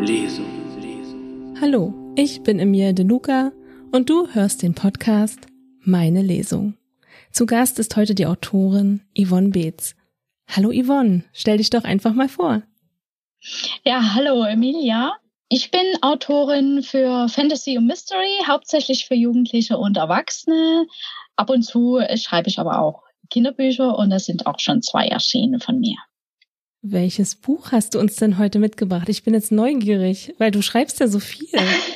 Lesung. Hallo, ich bin Emilia De Luca und du hörst den Podcast Meine Lesung. Zu Gast ist heute die Autorin Yvonne Beetz. Hallo Yvonne, stell dich doch einfach mal vor. Ja, hallo Emilia. Ich bin Autorin für Fantasy und Mystery, hauptsächlich für Jugendliche und Erwachsene. Ab und zu schreibe ich aber auch Kinderbücher und es sind auch schon 2 erschienen von mir. Welches Buch hast du uns denn heute mitgebracht? Ich bin jetzt neugierig, weil du schreibst ja so viel.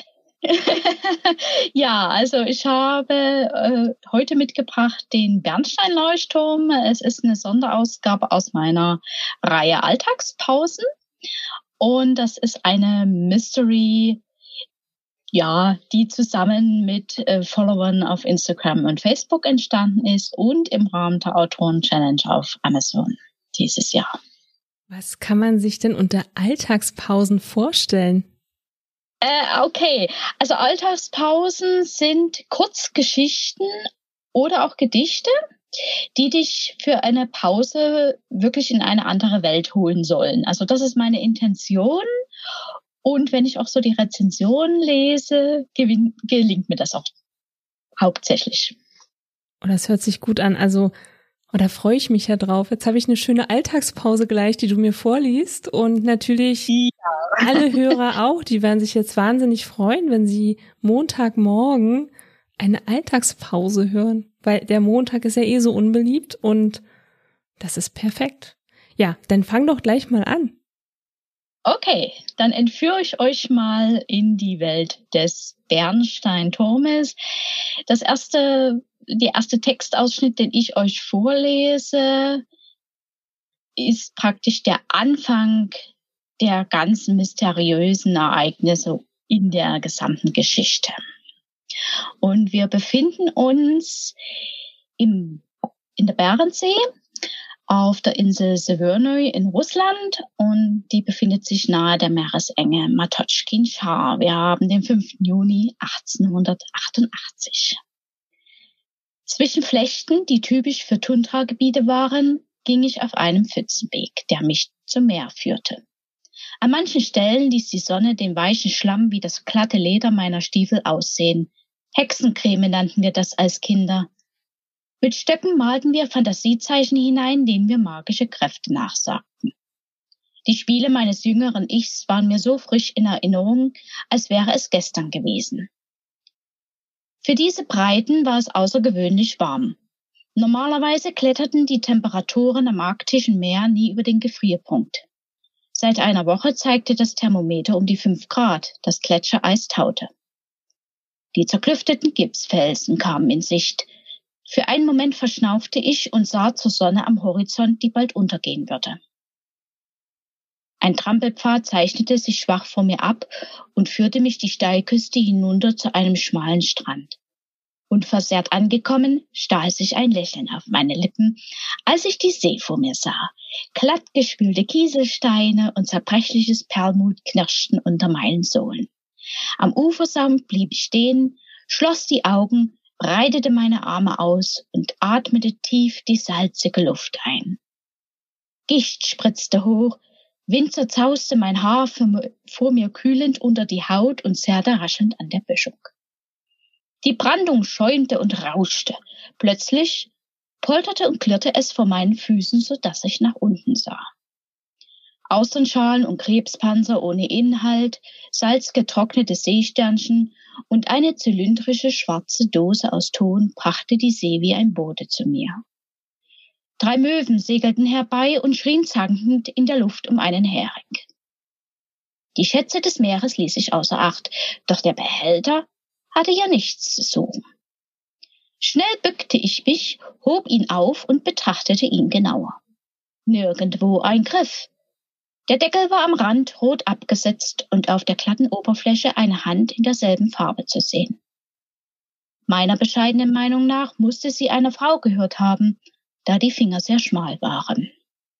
Ja, also ich habe heute mitgebracht den Bernstein-Leuchtturm. Es ist eine Sonderausgabe aus meiner Reihe Alltagspausen. Und das ist eine Mystery, ja, die zusammen mit Followern auf Instagram und Facebook entstanden ist und im Rahmen der Autoren-Challenge auf Amazon dieses Jahr. Was kann man sich denn unter Alltagspausen vorstellen? Okay, also Alltagspausen sind Kurzgeschichten oder auch Gedichte, die dich für eine Pause wirklich in eine andere Welt holen sollen. Also das ist meine Intention. Und wenn ich auch so die Rezension lese, gelingt mir das auch hauptsächlich. Oh, das hört sich gut an. Also, da freue ich mich ja drauf. Jetzt habe ich eine schöne Alltagspause gleich, die du mir vorliest. Und natürlich alle Hörer auch, die werden sich jetzt wahnsinnig freuen, wenn sie Montagmorgen eine Alltagspause hören. Weil der Montag ist ja eh so unbeliebt und das ist perfekt. Ja, dann fang doch gleich mal an. Okay, dann entführe ich euch mal in die Welt des Bernsteinturmes. Der erste Textausschnitt, den ich euch vorlese, ist praktisch der Anfang der ganzen mysteriösen Ereignisse in der gesamten Geschichte. Und wir befinden uns in der Barentssee auf der Insel Severnoy in Russland und die befindet sich nahe der Meeresenge Matotschkin Char. Wir haben den 5. Juni 1888. Zwischen Flechten, die typisch für Tundragebiete waren, ging ich auf einem Pfützenweg, der mich zum Meer führte. An manchen Stellen ließ die Sonne den weichen Schlamm wie das glatte Leder meiner Stiefel aussehen. Hexencreme nannten wir das als Kinder. Mit Stöcken malten wir Fantasiezeichen hinein, denen wir magische Kräfte nachsagten. Die Spiele meines jüngeren Ichs waren mir so frisch in Erinnerung, als wäre es gestern gewesen. Für diese Breiten war es außergewöhnlich warm. Normalerweise kletterten die Temperaturen am arktischen Meer nie über den Gefrierpunkt. Seit einer Woche zeigte das Thermometer um die 5 Grad, das Gletschereis taute. Die zerklüfteten Gipsfelsen kamen in Sicht. Für einen Moment verschnaufte ich und sah zur Sonne am Horizont, die bald untergehen würde. Ein Trampelpfad zeichnete sich schwach vor mir ab und führte mich die Steilküste hinunter zu einem schmalen Strand. Unversehrt angekommen, stahl sich ein Lächeln auf meine Lippen, als ich die See vor mir sah. Glattgespülte Kieselsteine und zerbrechliches Perlmut knirschten unter meinen Sohlen. Am Ufersaum blieb ich stehen, schloss die Augen, breitete meine Arme aus und atmete tief die salzige Luft ein. Gischt spritzte hoch, Wind zerzauste mein Haar vor mir kühlend unter die Haut und zerrte raschelnd an der Böschung. Die Brandung schäumte und rauschte. Plötzlich polterte und klirrte es vor meinen Füßen, so dass ich nach unten sah. Austernschalen und Krebspanzer ohne Inhalt, salzgetrocknete Seesternchen und eine zylindrische schwarze Dose aus Ton brachte die See wie ein Bote zu mir. 3 Möwen segelten herbei und schrien zankend in der Luft um einen Hering. Die Schätze des Meeres ließ ich außer Acht, doch der Behälter hatte ja nichts zu suchen. Schnell bückte ich mich, hob ihn auf und betrachtete ihn genauer. Nirgendwo ein Griff. Der Deckel war am Rand rot abgesetzt und auf der glatten Oberfläche eine Hand in derselben Farbe zu sehen. Meiner bescheidenen Meinung nach musste sie einer Frau gehört haben, da die Finger sehr schmal waren.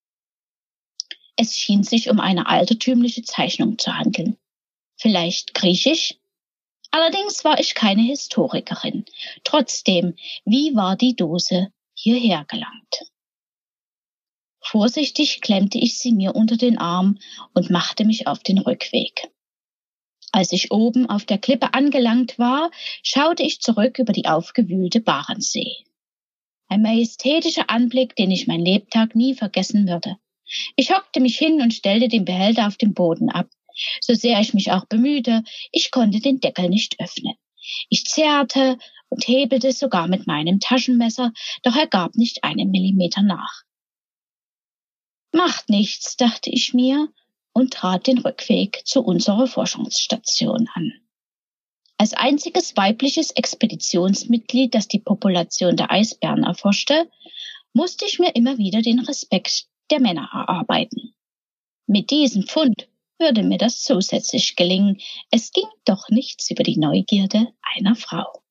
Es schien sich um eine altertümliche Zeichnung zu handeln. Vielleicht griechisch? Allerdings war ich keine Historikerin. Trotzdem, wie war die Dose hierher gelangt? Vorsichtig klemmte ich sie mir unter den Arm und machte mich auf den Rückweg. Als ich oben auf der Klippe angelangt war, schaute ich zurück über die aufgewühlte Barentssee. Ein majestätischer Anblick, den ich mein Lebtag nie vergessen würde. Ich hockte mich hin und stellte den Behälter auf dem Boden ab. So sehr ich mich auch bemühte, ich konnte den Deckel nicht öffnen. Ich zerrte und hebelte sogar mit meinem Taschenmesser, doch er gab nicht einen Millimeter nach. Macht nichts, dachte ich mir und trat den Rückweg zu unserer Forschungsstation an. Als einziges weibliches Expeditionsmitglied, das die Population der Eisbären erforschte, musste ich mir immer wieder den Respekt der Männer erarbeiten. Mit diesem Fund würde mir das zusätzlich gelingen. Es ging doch nichts über die Neugierde einer Frau.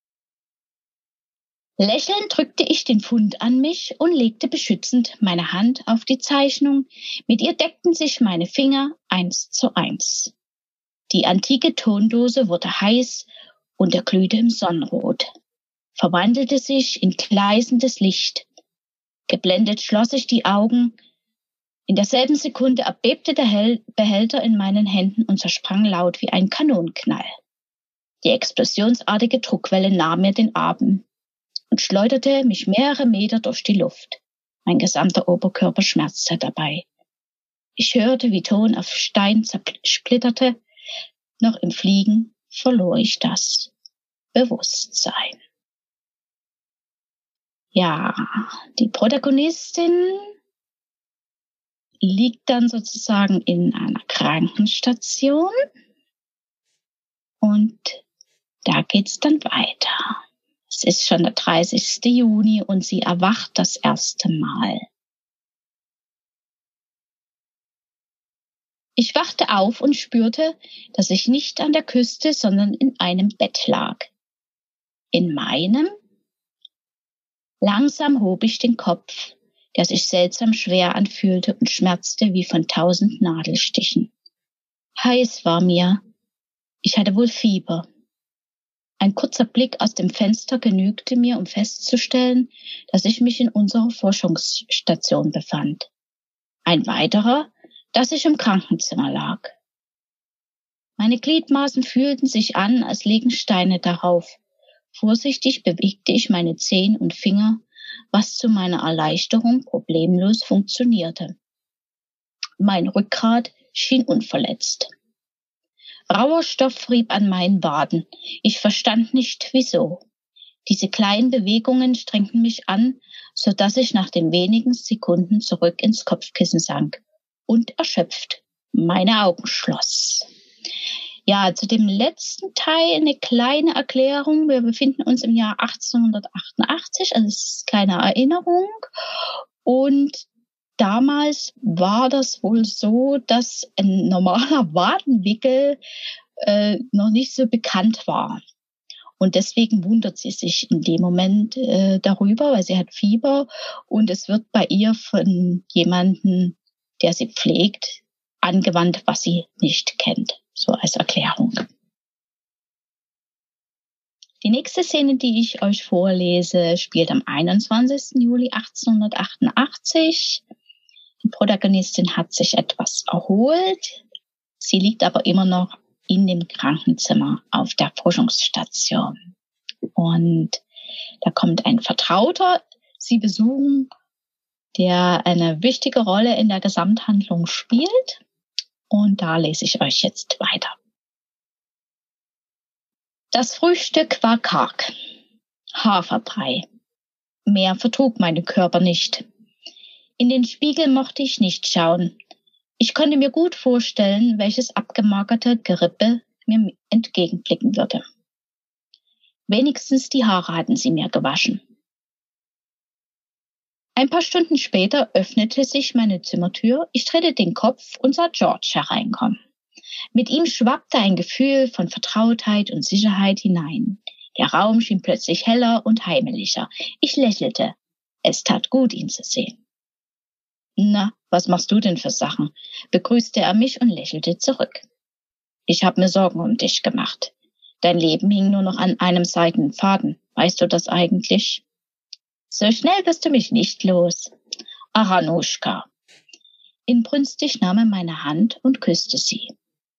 Lächelnd drückte ich den Fund an mich und legte beschützend meine Hand auf die Zeichnung. Mit ihr deckten sich meine Finger 1:1. Die antike Tondose wurde heiß und erglühte im Sonnenrot, verwandelte sich in gleißendes Licht. Geblendet schloss ich die Augen. In derselben Sekunde erbebte der Behälter in meinen Händen und zersprang laut wie ein Kanonenknall. Die explosionsartige Druckwelle nahm mir den Atem und schleuderte mich mehrere Meter durch die Luft. Mein gesamter Oberkörper schmerzte dabei. Ich hörte, wie Ton auf Stein zersplitterte. Noch im Fliegen verlor ich das Bewusstsein. Ja, die Protagonistin liegt dann sozusagen in einer Krankenstation und da geht's dann weiter. Es ist schon der 30. Juni und sie erwacht das erste Mal. Ich wachte auf und spürte, dass ich nicht an der Küste, sondern in einem Bett lag. In meinem? Langsam hob ich den Kopf, der sich seltsam schwer anfühlte und schmerzte wie von 1000 Nadelstichen. Heiß war mir. Ich hatte wohl Fieber. Ein kurzer Blick aus dem Fenster genügte mir, um festzustellen, dass ich mich in unserer Forschungsstation befand. Ein weiterer, dass ich im Krankenzimmer lag. Meine Gliedmaßen fühlten sich an, als lägen Steine darauf. Vorsichtig bewegte ich meine Zehen und Finger, was zu meiner Erleichterung problemlos funktionierte. Mein Rückgrat schien unverletzt. Rauer Stoff rieb an meinen Waden. Ich verstand nicht, wieso. Diese kleinen Bewegungen strengten mich an, so dass ich nach den wenigen Sekunden zurück ins Kopfkissen sank und erschöpft meine Augen schloss. Ja, zu dem letzten Teil eine kleine Erklärung. Wir befinden uns im Jahr 1888, also es ist eine kleine Erinnerung. Und damals war das wohl so, dass ein normaler Wadenwickel noch nicht so bekannt war. Und deswegen wundert sie sich in dem Moment darüber, weil sie hat Fieber und es wird bei ihr von jemandem, der sie pflegt, angewandt, was sie nicht kennt. So als Erklärung. Die nächste Szene, die ich euch vorlese, spielt am 21. Juli 1888. Die Protagonistin hat sich etwas erholt. Sie liegt aber immer noch in dem Krankenzimmer auf der Forschungsstation. Und da kommt ein Vertrauter sie besuchen, der eine wichtige Rolle in der Gesamthandlung spielt. Und da lese ich euch jetzt weiter. Das Frühstück war karg. Haferbrei. Mehr vertrug mein Körper nicht. In den Spiegel mochte ich nicht schauen. Ich konnte mir gut vorstellen, welches abgemagerte Gerippe mir entgegenblicken würde. Wenigstens die Haare hatten sie mir gewaschen. Ein paar Stunden später öffnete sich meine Zimmertür, ich drehte den Kopf und sah George hereinkommen. Mit ihm schwappte ein Gefühl von Vertrautheit und Sicherheit hinein. Der Raum schien plötzlich heller und heimeliger. Ich lächelte. Es tat gut, ihn zu sehen. »Na, was machst du denn für Sachen?« begrüßte er mich und lächelte zurück. »Ich habe mir Sorgen um dich gemacht. Dein Leben hing nur noch an einem seidenen Faden. Weißt du das eigentlich?« »So schnell wirst du mich nicht los.« »Aranuschka.« Inbrünstig nahm er meine Hand und küsste sie.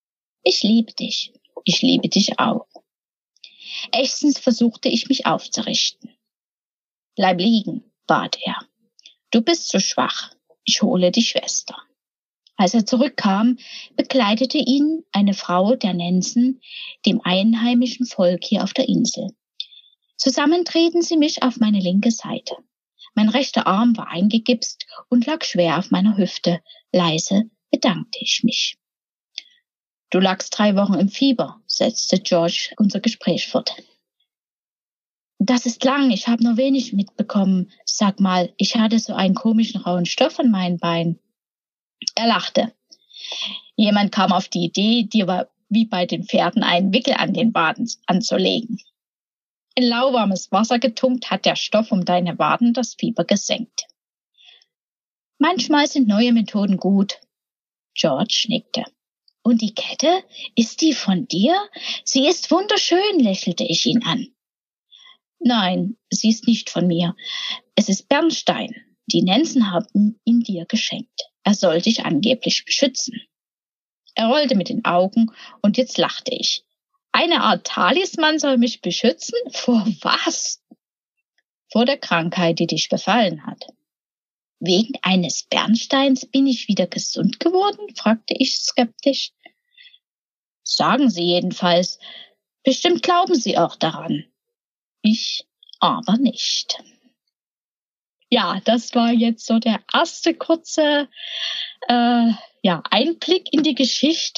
Ich liebe dich. Ich liebe dich auch. Ächzend versuchte ich mich aufzurichten. Bleib liegen, bat er. Du bist zu schwach. Ich hole die Schwester. Als er zurückkam, begleitete ihn eine Frau der Nenzen, dem einheimischen Volk hier auf der Insel. Zusammen trieben sie mich auf meine linke Seite. Mein rechter Arm war eingegipst und lag schwer auf meiner Hüfte. Leise bedankte ich mich. Du lagst 3 Wochen im Fieber, setzte George unser Gespräch fort. Das ist lang, ich habe nur wenig mitbekommen. Sag mal, ich hatte so einen komischen rauen Stoff an meinen Beinen. Er lachte. Jemand kam auf die Idee, dir wie bei den Pferden einen Wickel an den Waden anzulegen. In lauwarmes Wasser getunkt hat der Stoff um deine Waden das Fieber gesenkt. Manchmal sind neue Methoden gut. George nickte. Und die Kette, ist die von dir? Sie ist wunderschön, lächelte ich ihn an. Nein, sie ist nicht von mir. Es ist Bernstein. Die Nenzen haben ihn dir geschenkt. Er soll dich angeblich beschützen. Er rollte mit den Augen und jetzt lachte ich. Eine Art Talisman soll mich beschützen? Vor was? Vor der Krankheit, die dich befallen hat. Wegen eines Bernsteins bin ich wieder gesund geworden? Fragte ich skeptisch. Sagen sie jedenfalls. Bestimmt glauben sie auch daran. Ich aber nicht. Ja, das war jetzt so der erste kurze Einblick in die Geschichte,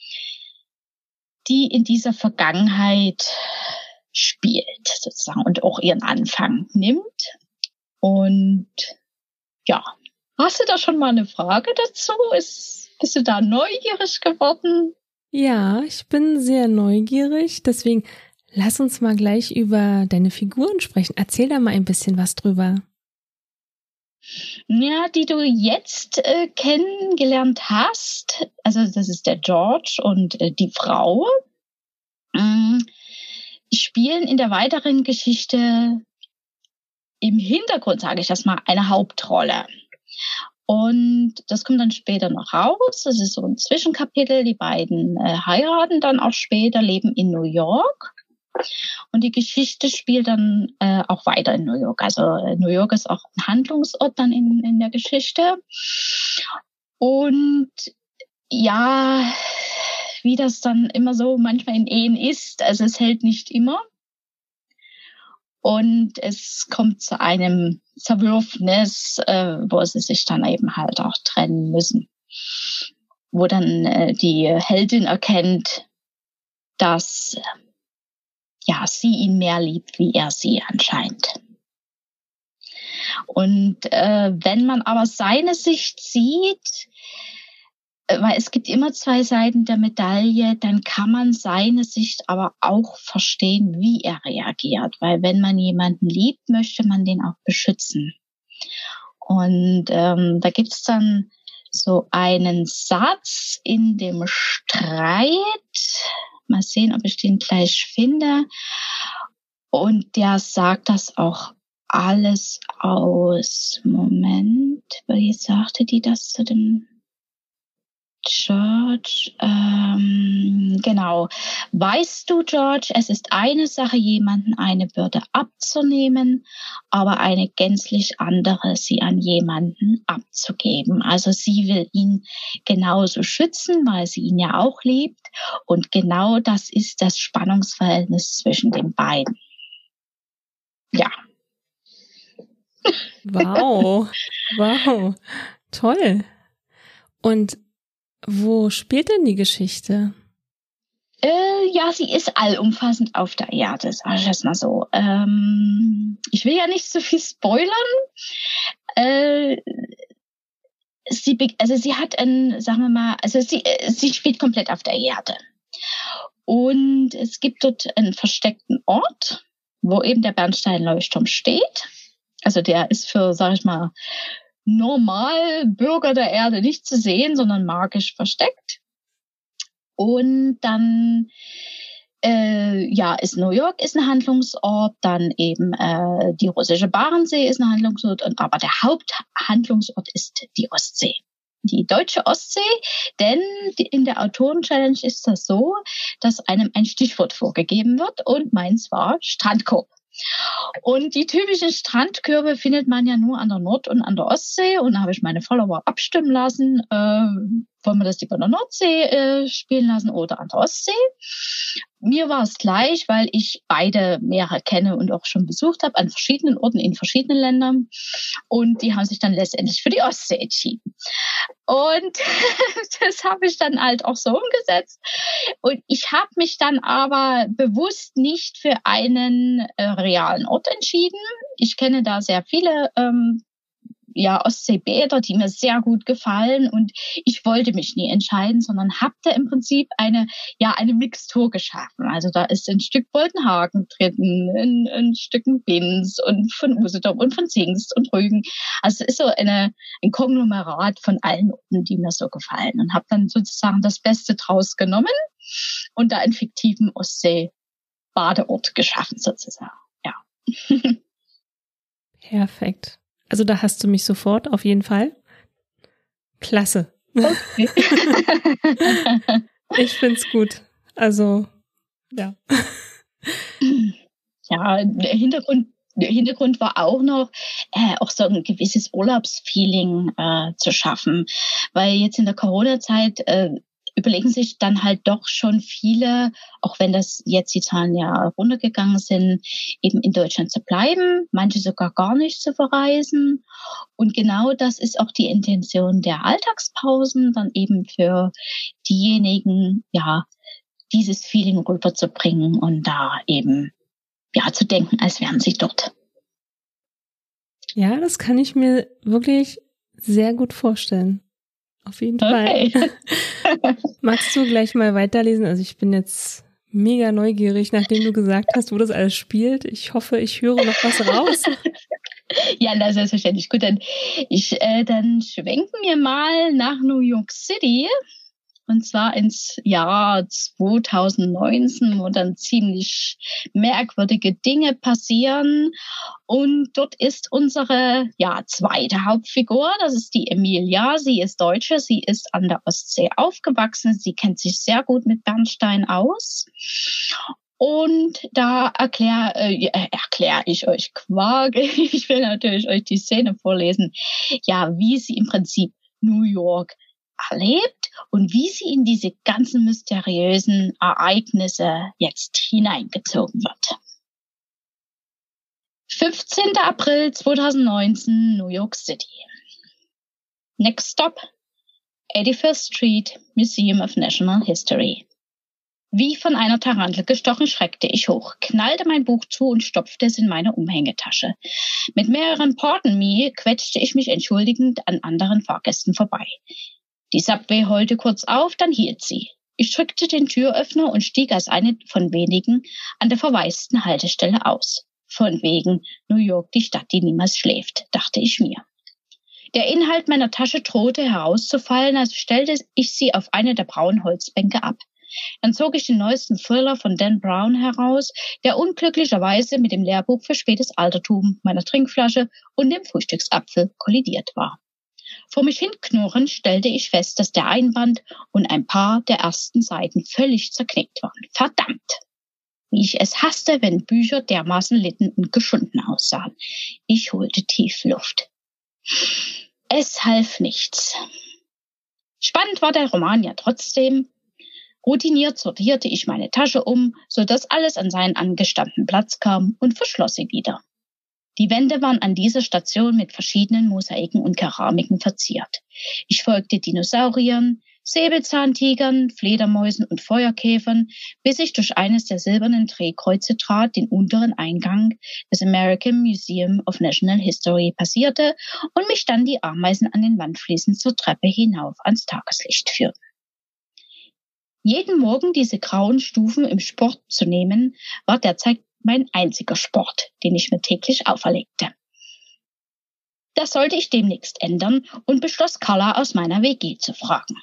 die in dieser Vergangenheit spielt, sozusagen, und auch ihren Anfang nimmt. Und ja, hast du da schon mal eine Frage dazu? Bist du da neugierig geworden? Ja, ich bin sehr neugierig, deswegen lass uns mal gleich über deine Figuren sprechen. Erzähl da mal ein bisschen was drüber. Ja, die du jetzt kennengelernt hast, also das ist der George und die Frau, spielen in der weiteren Geschichte im Hintergrund, sage ich das mal, eine Hauptrolle. Und das kommt dann später noch raus. Das ist so ein Zwischenkapitel. Die beiden heiraten dann auch später, leben in New York. Und die Geschichte spielt dann auch weiter in New York. Also New York ist auch ein Handlungsort dann in der Geschichte. Und ja, wie das dann immer so manchmal in Ehen ist, also es hält nicht immer. Und es kommt zu einem Zerwürfnis, wo sie sich dann eben halt auch trennen müssen. Wo dann die Heldin erkennt, dass sie ihn mehr liebt, wie er sie anscheinend. Und wenn man aber seine Sicht sieht, weil es gibt immer 2 Seiten der Medaille, dann kann man seine Sicht aber auch verstehen, wie er reagiert. Weil wenn man jemanden liebt, möchte man den auch beschützen. Und da gibt's dann so einen Satz in dem Streit. Mal sehen, ob ich den gleich finde. Und der sagt das auch alles aus. Moment, wie sagte die das zu dem George? Genau. Weißt du, George, es ist eine Sache, jemanden eine Bürde abzunehmen, aber eine gänzlich andere, sie an jemanden abzugeben. Also sie will ihn genauso schützen, weil sie ihn ja auch liebt. Und genau das ist das Spannungsverhältnis zwischen den beiden. Ja. Wow, toll. Und wo spielt denn die Geschichte? Ja, sie ist allumfassend auf der Erde, sag ich das mal so. Ich will ja nicht so viel spoilern. Sie hat sie spielt komplett auf der Erde. Und es gibt dort einen versteckten Ort, wo eben der Bernstein-Leuchtturm steht. Also der ist für, sag ich mal, normal Bürger der Erde nicht zu sehen, sondern magisch versteckt. Und dann ist New York ist ein Handlungsort, dann eben die russische Barentssee ist ein Handlungsort, aber der Haupthandlungsort ist die Ostsee. die deutsche Ostsee, denn in der Autoren-Challenge ist das so, dass einem ein Stichwort vorgegeben wird und meins war Strandkorb. Und die typischen Strandkörbe findet man ja nur an der Nord- und an der Ostsee. Und da habe ich meine Follower abstimmen lassen, wollen wir das lieber an der Nordsee spielen lassen oder an der Ostsee. Mir war es gleich, weil ich beide Meere kenne und auch schon besucht habe, an verschiedenen Orten in verschiedenen Ländern. Und die haben sich dann letztendlich für die Ostsee entschieden. Und das habe ich dann halt auch so umgesetzt. Und ich habe mich dann aber bewusst nicht für einen realen Ort entschieden. Ich kenne da sehr viele Ostseebäder, die mir sehr gut gefallen, und ich wollte mich nie entscheiden, sondern habe da im Prinzip eine Mixtur geschaffen. Also da ist ein Stück Boltenhagen drin, ein Stück Binz und von Usedom und von Zingst und Rügen. Also es ist so ein Konglomerat von allen Orten, die mir so gefallen, und habe dann sozusagen das Beste draus genommen und da einen fiktiven Ostsee-Badeort geschaffen sozusagen. Ja. Perfekt. Also da hast du mich sofort, auf jeden Fall. Klasse. Okay. Ich find's gut. Also, ja. Ja, der Hintergrund war auch noch, auch so ein gewisses Urlaubsfeeling zu schaffen. Weil jetzt in der Corona-Zeit überlegen sich dann halt doch schon viele, auch wenn das jetzt die Zahlen ja runtergegangen sind, eben in Deutschland zu bleiben, manche sogar gar nicht zu verreisen. Und genau das ist auch die Intention der Alltagspausen, dann eben für diejenigen, dieses Feeling rüberzubringen und da eben, zu denken, als wären sie dort. Ja, das kann ich mir wirklich sehr gut vorstellen. Auf jeden Fall. Magst du gleich mal weiterlesen? Also ich bin jetzt mega neugierig, nachdem du gesagt hast, wo das alles spielt. Ich hoffe, ich höre noch was raus. Ja, das ist selbstverständlich. Gut, dann schwenken wir mal nach New York City. Und zwar ins Jahr 2019, wo dann ziemlich merkwürdige Dinge passieren. Und dort ist unsere zweite Hauptfigur, das ist die Emilia. Sie ist Deutsche, sie ist an der Ostsee aufgewachsen, sie kennt sich sehr gut mit Bernstein aus. Und da erkläre ich euch Quark. Ich will natürlich euch die Szene vorlesen, wie sie im Prinzip New York erlebt und wie sie in diese ganzen mysteriösen Ereignisse jetzt hineingezogen wird. 15. April 2019, New York City. Next stop, 81st Street, Museum of National History. Wie von einer Tarantel gestochen, schreckte ich hoch, knallte mein Buch zu und stopfte es in meine Umhängetasche. Mit mehreren Pardon me quetschte ich mich entschuldigend an anderen Fahrgästen vorbei. Die Subway heulte kurz auf, dann hielt sie. Ich drückte den Türöffner und stieg als eine von wenigen an der verwaisten Haltestelle aus. Von wegen New York, die Stadt, die niemals schläft, dachte ich mir. Der Inhalt meiner Tasche drohte herauszufallen, also stellte ich sie auf eine der braunen Holzbänke ab. Dann zog ich den neuesten Thriller von Dan Brown heraus, der unglücklicherweise mit dem Lehrbuch für spätes Altertum, meiner Trinkflasche und dem Frühstücksapfel kollidiert war. Vor mich hinknurrend stellte ich fest, dass der Einband und ein paar der ersten Seiten völlig zerknickt waren. Verdammt! Wie ich es hasste, wenn Bücher dermaßen litten und geschunden aussahen. Ich holte tief Luft. Es half nichts. Spannend war der Roman ja trotzdem. Routiniert sortierte ich meine Tasche um, sodass alles an seinen angestammten Platz kam, und verschloss sie wieder. Die Wände waren an dieser Station mit verschiedenen Mosaiken und Keramiken verziert. Ich folgte Dinosauriern, Säbelzahntigern, Fledermäusen und Feuerkäfern, bis ich durch eines der silbernen Drehkreuze trat, den unteren Eingang des American Museum of National History passierte und mich dann die Ameisen an den Wandfliesen zur Treppe hinauf ans Tageslicht führten. Jeden Morgen diese grauen Stufen im Sport zu nehmen, war derzeit mein einziger Sport, den ich mir täglich auferlegte. Das sollte ich demnächst ändern und beschloss, Carla aus meiner WG zu fragen.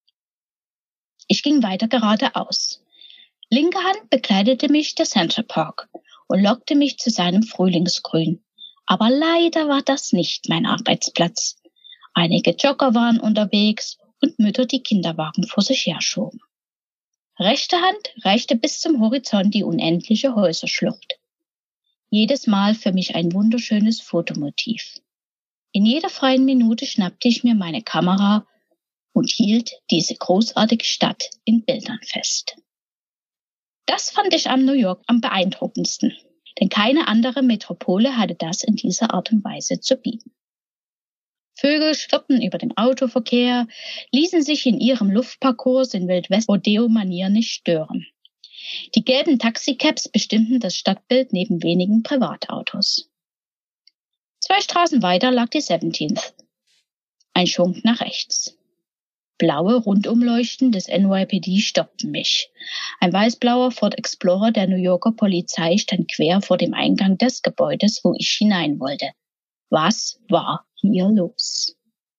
Ich ging weiter geradeaus. Linke Hand bekleidete mich der Central Park und lockte mich zu seinem Frühlingsgrün. Aber leider war das nicht mein Arbeitsplatz. Einige Jogger waren unterwegs und Mütter, die Kinderwagen vor sich herschoben. Rechte Hand reichte bis zum Horizont die unendliche Häuserschlucht. Jedes Mal für mich ein wunderschönes Fotomotiv. In jeder freien Minute schnappte ich mir meine Kamera und hielt diese großartige Stadt in Bildern fest. Das fand ich an New York am beeindruckendsten, denn keine andere Metropole hatte das in dieser Art und Weise zu bieten. Vögel schwirrten über dem Autoverkehr, ließen sich in ihrem Luftparcours in Wildwest-Rodeo-Manier nicht stören. Die gelben Taxicabs bestimmten das Stadtbild neben wenigen Privatautos. 2 Straßen weiter lag die 17th. Ein Schwung nach rechts. Blaue Rundumleuchten des NYPD stoppten mich. Ein weißblauer Ford Explorer der New Yorker Polizei stand quer vor dem Eingang des Gebäudes, wo ich hinein wollte. Was war hier los?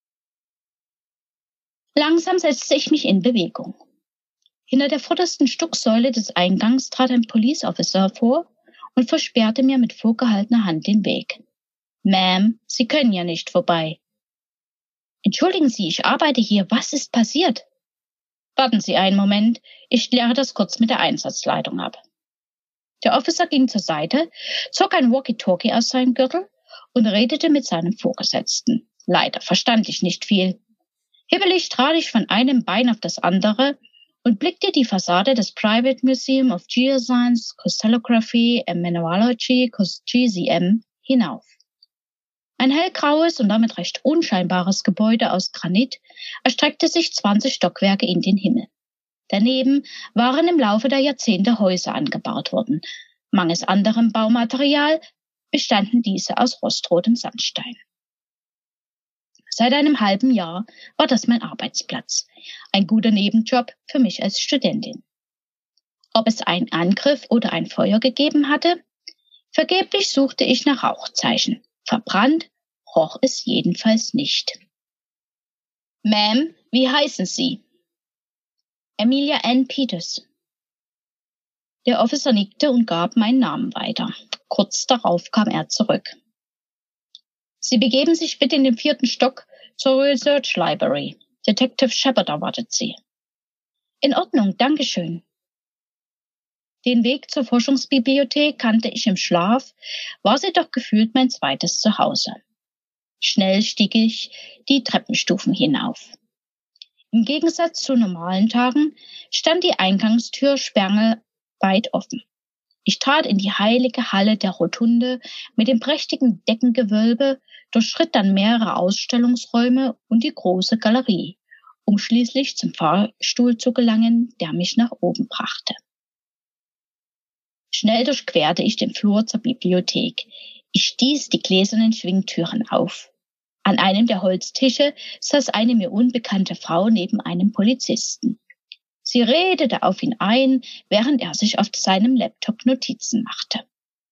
Langsam setzte ich mich in Bewegung. Hinter der vordersten Stucksäule des Eingangs trat ein Police Officer vor und versperrte mir mit vorgehaltener Hand den Weg. »Ma'am, Sie können ja nicht vorbei.« »Entschuldigen Sie, ich arbeite hier. Was ist passiert?« »Warten Sie einen Moment. Ich kläre das kurz mit der Einsatzleitung ab.« Der Officer ging zur Seite, zog ein Walkie-Talkie aus seinem Gürtel und redete mit seinem Vorgesetzten. Leider verstand ich nicht viel. Hibbelig trat ich von einem Bein auf das andere und blickte die Fassade des Private Museum of Geoscience, Crystallography and Mineralogy, GCM, hinauf. Ein hellgraues und damit recht unscheinbares Gebäude aus Granit erstreckte sich 20 Stockwerke in den Himmel. Daneben waren im Laufe der Jahrzehnte Häuser angebaut worden. Mangels anderem Baumaterial bestanden diese aus rostrotem Sandstein. Seit einem halben Jahr war das mein Arbeitsplatz. Ein guter Nebenjob für mich als Studentin. Ob es einen Angriff oder ein Feuer gegeben hatte? Vergeblich suchte ich nach Rauchzeichen. Verbrannt roch es jedenfalls nicht. »Ma'am, wie heißen Sie?« »Amelia Ann Peters.« Der Officer nickte und gab meinen Namen weiter. Kurz darauf kam er zurück. »Sie begeben sich bitte in den 4. Stock zur Research Library. Detective Shepard erwartet Sie.« »In Ordnung, Dankeschön.« Den Weg zur Forschungsbibliothek kannte ich im Schlaf, war sie doch gefühlt mein zweites Zuhause. Schnell stieg ich die Treppenstufen hinauf. Im Gegensatz zu normalen Tagen stand die Eingangstür sperrangelweit offen. Ich trat in die heilige Halle der Rotunde mit dem prächtigen Deckengewölbe, durchschritt dann mehrere Ausstellungsräume und die große Galerie, um schließlich zum Fahrstuhl zu gelangen, der mich nach oben brachte. Schnell durchquerte ich den Flur zur Bibliothek. Ich stieß die gläsernen Schwingtüren auf. An einem der Holztische saß eine mir unbekannte Frau neben einem Polizisten. Sie redete auf ihn ein, während er sich auf seinem Laptop Notizen machte.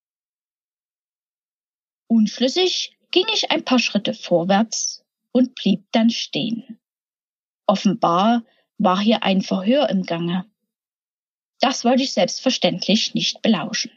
Unschlüssig ging ich ein paar Schritte vorwärts und blieb dann stehen. Offenbar war hier ein Verhör im Gange. Das wollte ich selbstverständlich nicht belauschen.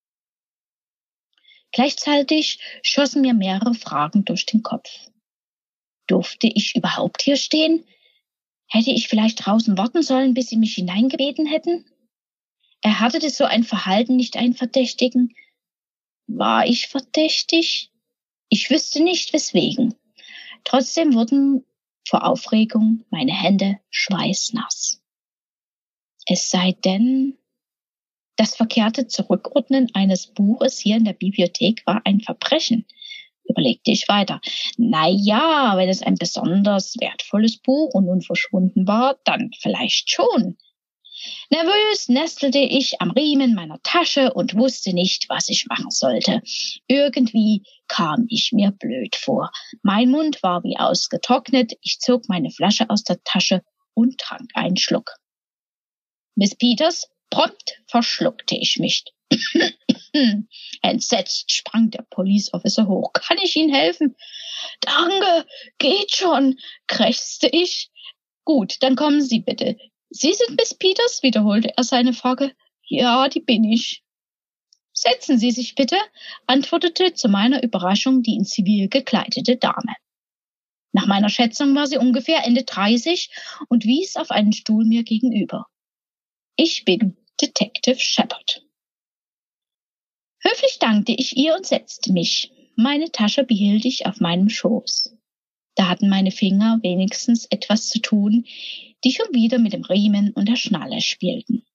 Gleichzeitig schossen mir mehrere Fragen durch den Kopf. Durfte ich überhaupt hier stehen? Hätte ich vielleicht draußen warten sollen, bis sie mich hineingebeten hätten? Erhärtete so ein Verhalten nicht einen Verdächtigen? War ich verdächtig? Ich wüsste nicht, weswegen. Trotzdem wurden vor Aufregung meine Hände schweißnass. Es sei denn, das verkehrte Zurückordnen eines Buches hier in der Bibliothek war ein Verbrechen, überlegte ich weiter. Naja, wenn es ein besonders wertvolles Buch und nun verschwunden war, dann vielleicht schon. Nervös nestelte ich am Riemen meiner Tasche und wusste nicht, was ich machen sollte. Irgendwie kam ich mir blöd vor. Mein Mund war wie ausgetrocknet. Ich zog meine Flasche aus der Tasche und trank einen Schluck. »Miss Peters?« Prompt verschluckte ich mich. Entsetzt sprang der Police Officer hoch. »Kann ich Ihnen helfen?« »Danke, geht schon«, krächzte ich. »Gut, dann kommen Sie bitte.« »Sie sind Miss Peters?«, wiederholte er seine Frage. »Ja, die bin ich.« »Setzen Sie sich bitte«, antwortete zu meiner Überraschung die in Zivil gekleidete Dame. Nach meiner Schätzung war sie ungefähr Ende 30 und wies auf einen Stuhl mir gegenüber. Ich bin Detective Shepard. Höflich dankte ich ihr und setzte mich. Meine Tasche behielt ich auf meinem Schoß. Da hatten meine Finger wenigstens etwas zu tun, die schon wieder mit dem Riemen und der Schnalle spielten.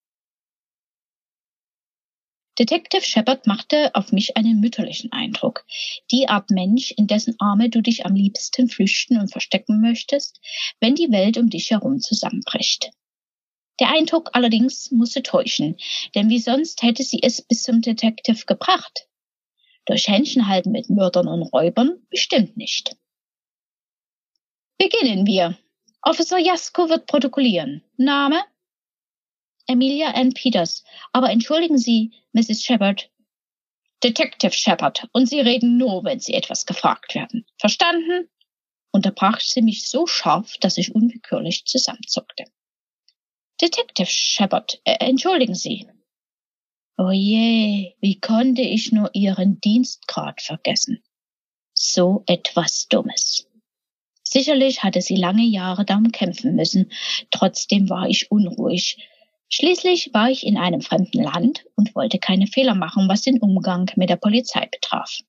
Detective Shepard machte auf mich einen mütterlichen Eindruck. Die Art Mensch, in dessen Arme du dich am liebsten flüchten und verstecken möchtest, wenn die Welt um dich herum zusammenbricht. Der Eindruck allerdings musste täuschen, denn wie sonst hätte sie es bis zum Detective gebracht? Durch Händchenhalten mit Mördern und Räubern bestimmt nicht. Beginnen wir. Officer Jasko wird protokollieren. Name? Amelia Ann Peters. Aber entschuldigen Sie, Mrs. Shepard. Detective Shepard. Und Sie reden nur, wenn Sie etwas gefragt werden. Verstanden? Unterbrach sie mich so scharf, dass ich unwillkürlich zusammenzuckte. Detective Shepard, entschuldigen Sie. Oh je, wie konnte ich nur Ihren Dienstgrad vergessen? So etwas Dummes. Sicherlich hatte sie lange Jahre darum kämpfen müssen. Trotzdem war ich unruhig. Schließlich war ich in einem fremden Land und wollte keine Fehler machen, was den Umgang mit der Polizei betraf.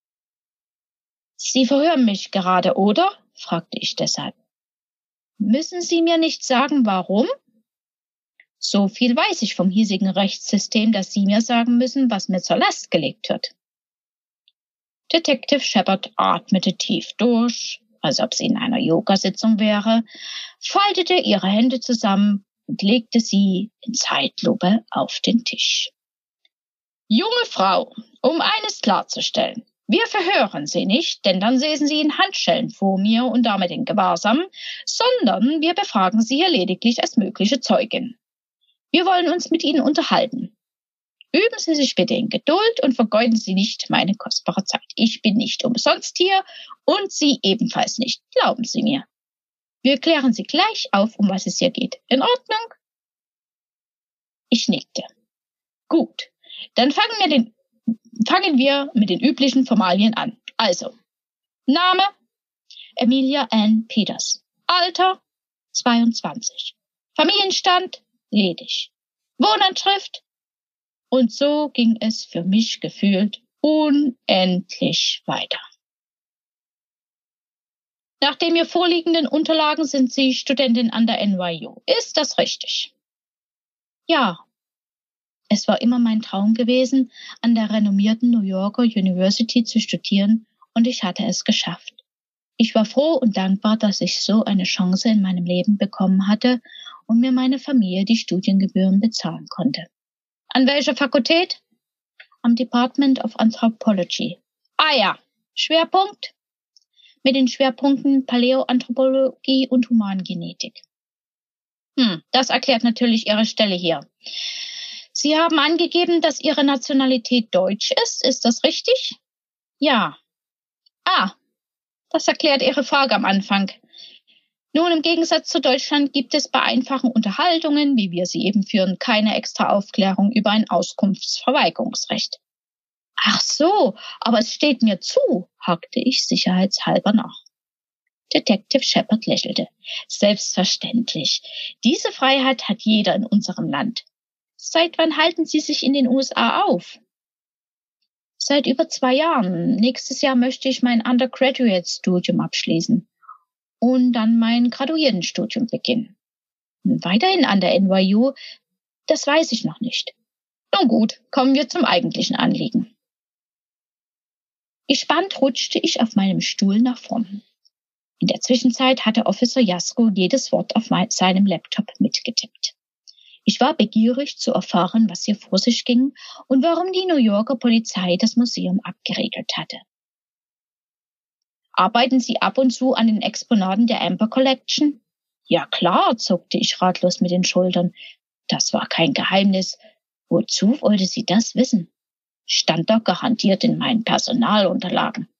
Sie verhören mich gerade, oder? Fragte ich deshalb. Müssen Sie mir nicht sagen, warum? So viel weiß ich vom hiesigen Rechtssystem, dass Sie mir sagen müssen, was mir zur Last gelegt wird. Detective Shepard atmete tief durch, als ob sie in einer Yoga-Sitzung wäre, faltete ihre Hände zusammen und legte sie in Zeitlupe auf den Tisch. Junge Frau, um eines klarzustellen. Wir verhören Sie nicht, denn dann säßen Sie in Handschellen vor mir und damit in Gewahrsam, sondern wir befragen Sie hier lediglich als mögliche Zeugin. Wir wollen uns mit Ihnen unterhalten. Üben Sie sich bitte in Geduld und vergeuden Sie nicht meine kostbare Zeit. Ich bin nicht umsonst hier und Sie ebenfalls nicht, glauben Sie mir. Wir klären Sie gleich auf, um was es hier geht. In Ordnung? Ich nickte. Gut, dann fangen wir mit den üblichen Formalien an. Also, Name? Amelia Ann Peters. Alter? 22. Familienstand? Ledig. Wohnanschrift? Und so ging es für mich gefühlt unendlich weiter. Nach den mir vorliegenden Unterlagen sind Sie Studentin an der NYU. Ist das richtig? Ja. Es war immer mein Traum gewesen, an der renommierten New Yorker University zu studieren, und ich hatte es geschafft. Ich war froh und dankbar, dass ich so eine Chance in meinem Leben bekommen hatte und mir meine Familie die Studiengebühren bezahlen konnte. An welcher Fakultät? Am Department of Anthropology. Ah ja, Schwerpunkt? Mit den Schwerpunkten Paläoanthropologie und Humangenetik. Das erklärt natürlich Ihre Stelle hier. Sie haben angegeben, dass Ihre Nationalität deutsch ist das richtig? Ja. Das erklärt Ihre Frage am Anfang. Nun, im Gegensatz zu Deutschland gibt es bei einfachen Unterhaltungen, wie wir sie eben führen, keine extra Aufklärung über ein Auskunftsverweigerungsrecht. Ach so, aber es steht mir zu, hakte ich sicherheitshalber nach. Detective Shepard lächelte. Selbstverständlich. Diese Freiheit hat jeder in unserem Land. Seit wann halten Sie sich in den USA auf? Seit über 2 Jahren. Nächstes Jahr möchte ich mein Undergraduate-Studium abschließen und dann mein Graduiertenstudium beginnen. Weiterhin an der NYU, das weiß ich noch nicht. Nun gut, kommen wir zum eigentlichen Anliegen. Gespannt rutschte ich auf meinem Stuhl nach vorn. In der Zwischenzeit hatte Officer Jasko jedes Wort auf seinem Laptop mitgetippt. Ich war begierig zu erfahren, was hier vor sich ging und warum die New Yorker Polizei das Museum abgeriegelt hatte. Arbeiten Sie ab und zu an den Exponaten der Amber Collection? Ja klar, zuckte ich ratlos mit den Schultern. Das war kein Geheimnis. Wozu wollte sie das wissen? Stand doch garantiert in meinen Personalunterlagen.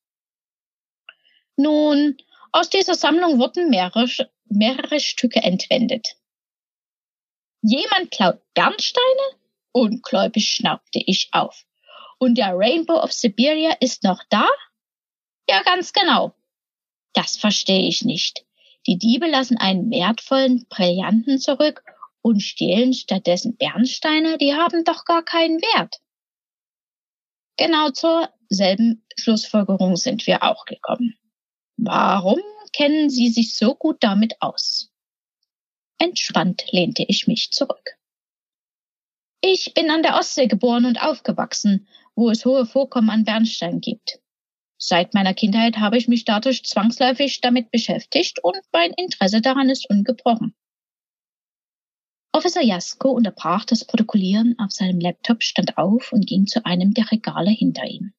Nun, aus dieser Sammlung wurden mehrere Stücke entwendet. Jemand klaut Bernsteine? Ungläubig schnaubte ich auf. Und der Rainbow of Siberia ist noch da? Ja, ganz genau. Das verstehe ich nicht. Die Diebe lassen einen wertvollen Brillanten zurück und stehlen stattdessen Bernsteine, die haben doch gar keinen Wert. Genau zur selben Schlussfolgerung sind wir auch gekommen. Warum kennen Sie sich so gut damit aus? Entspannt lehnte ich mich zurück. Ich bin an der Ostsee geboren und aufgewachsen, wo es hohe Vorkommen an Bernstein gibt. Seit meiner Kindheit habe ich mich dadurch zwangsläufig damit beschäftigt und mein Interesse daran ist ungebrochen. Officer Jasko unterbrach das Protokollieren auf seinem Laptop, stand auf und ging zu einem der Regale hinter ihm.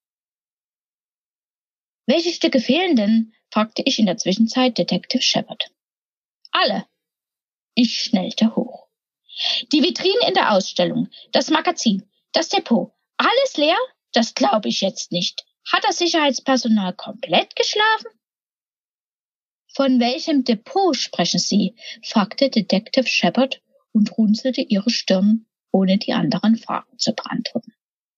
Welche Stücke fehlen denn? Fragte ich in der Zwischenzeit Detective Shepard. Alle. Ich schnellte hoch. Die Vitrinen in der Ausstellung, das Magazin, das Depot, alles leer? Das glaube ich jetzt nicht. Hat das Sicherheitspersonal komplett geschlafen? Von welchem Depot sprechen Sie? Fragte Detective Shepard und runzelte ihre Stirn, ohne die anderen Fragen zu beantworten.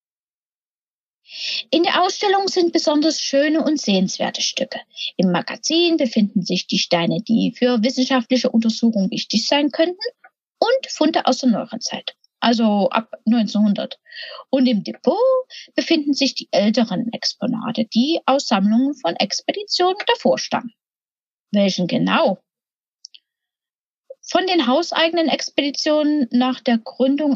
In der Ausstellung sind besonders schöne und sehenswerte Stücke. Im Magazin befinden sich die Steine, die für wissenschaftliche Untersuchungen wichtig sein könnten, und Funde aus der neueren Zeit, also ab 1900. Und im Depot befinden sich die älteren Exponate, die aus Sammlungen von Expeditionen davor stammen. Welchen genau? Von den hauseigenen Expeditionen nach der Gründung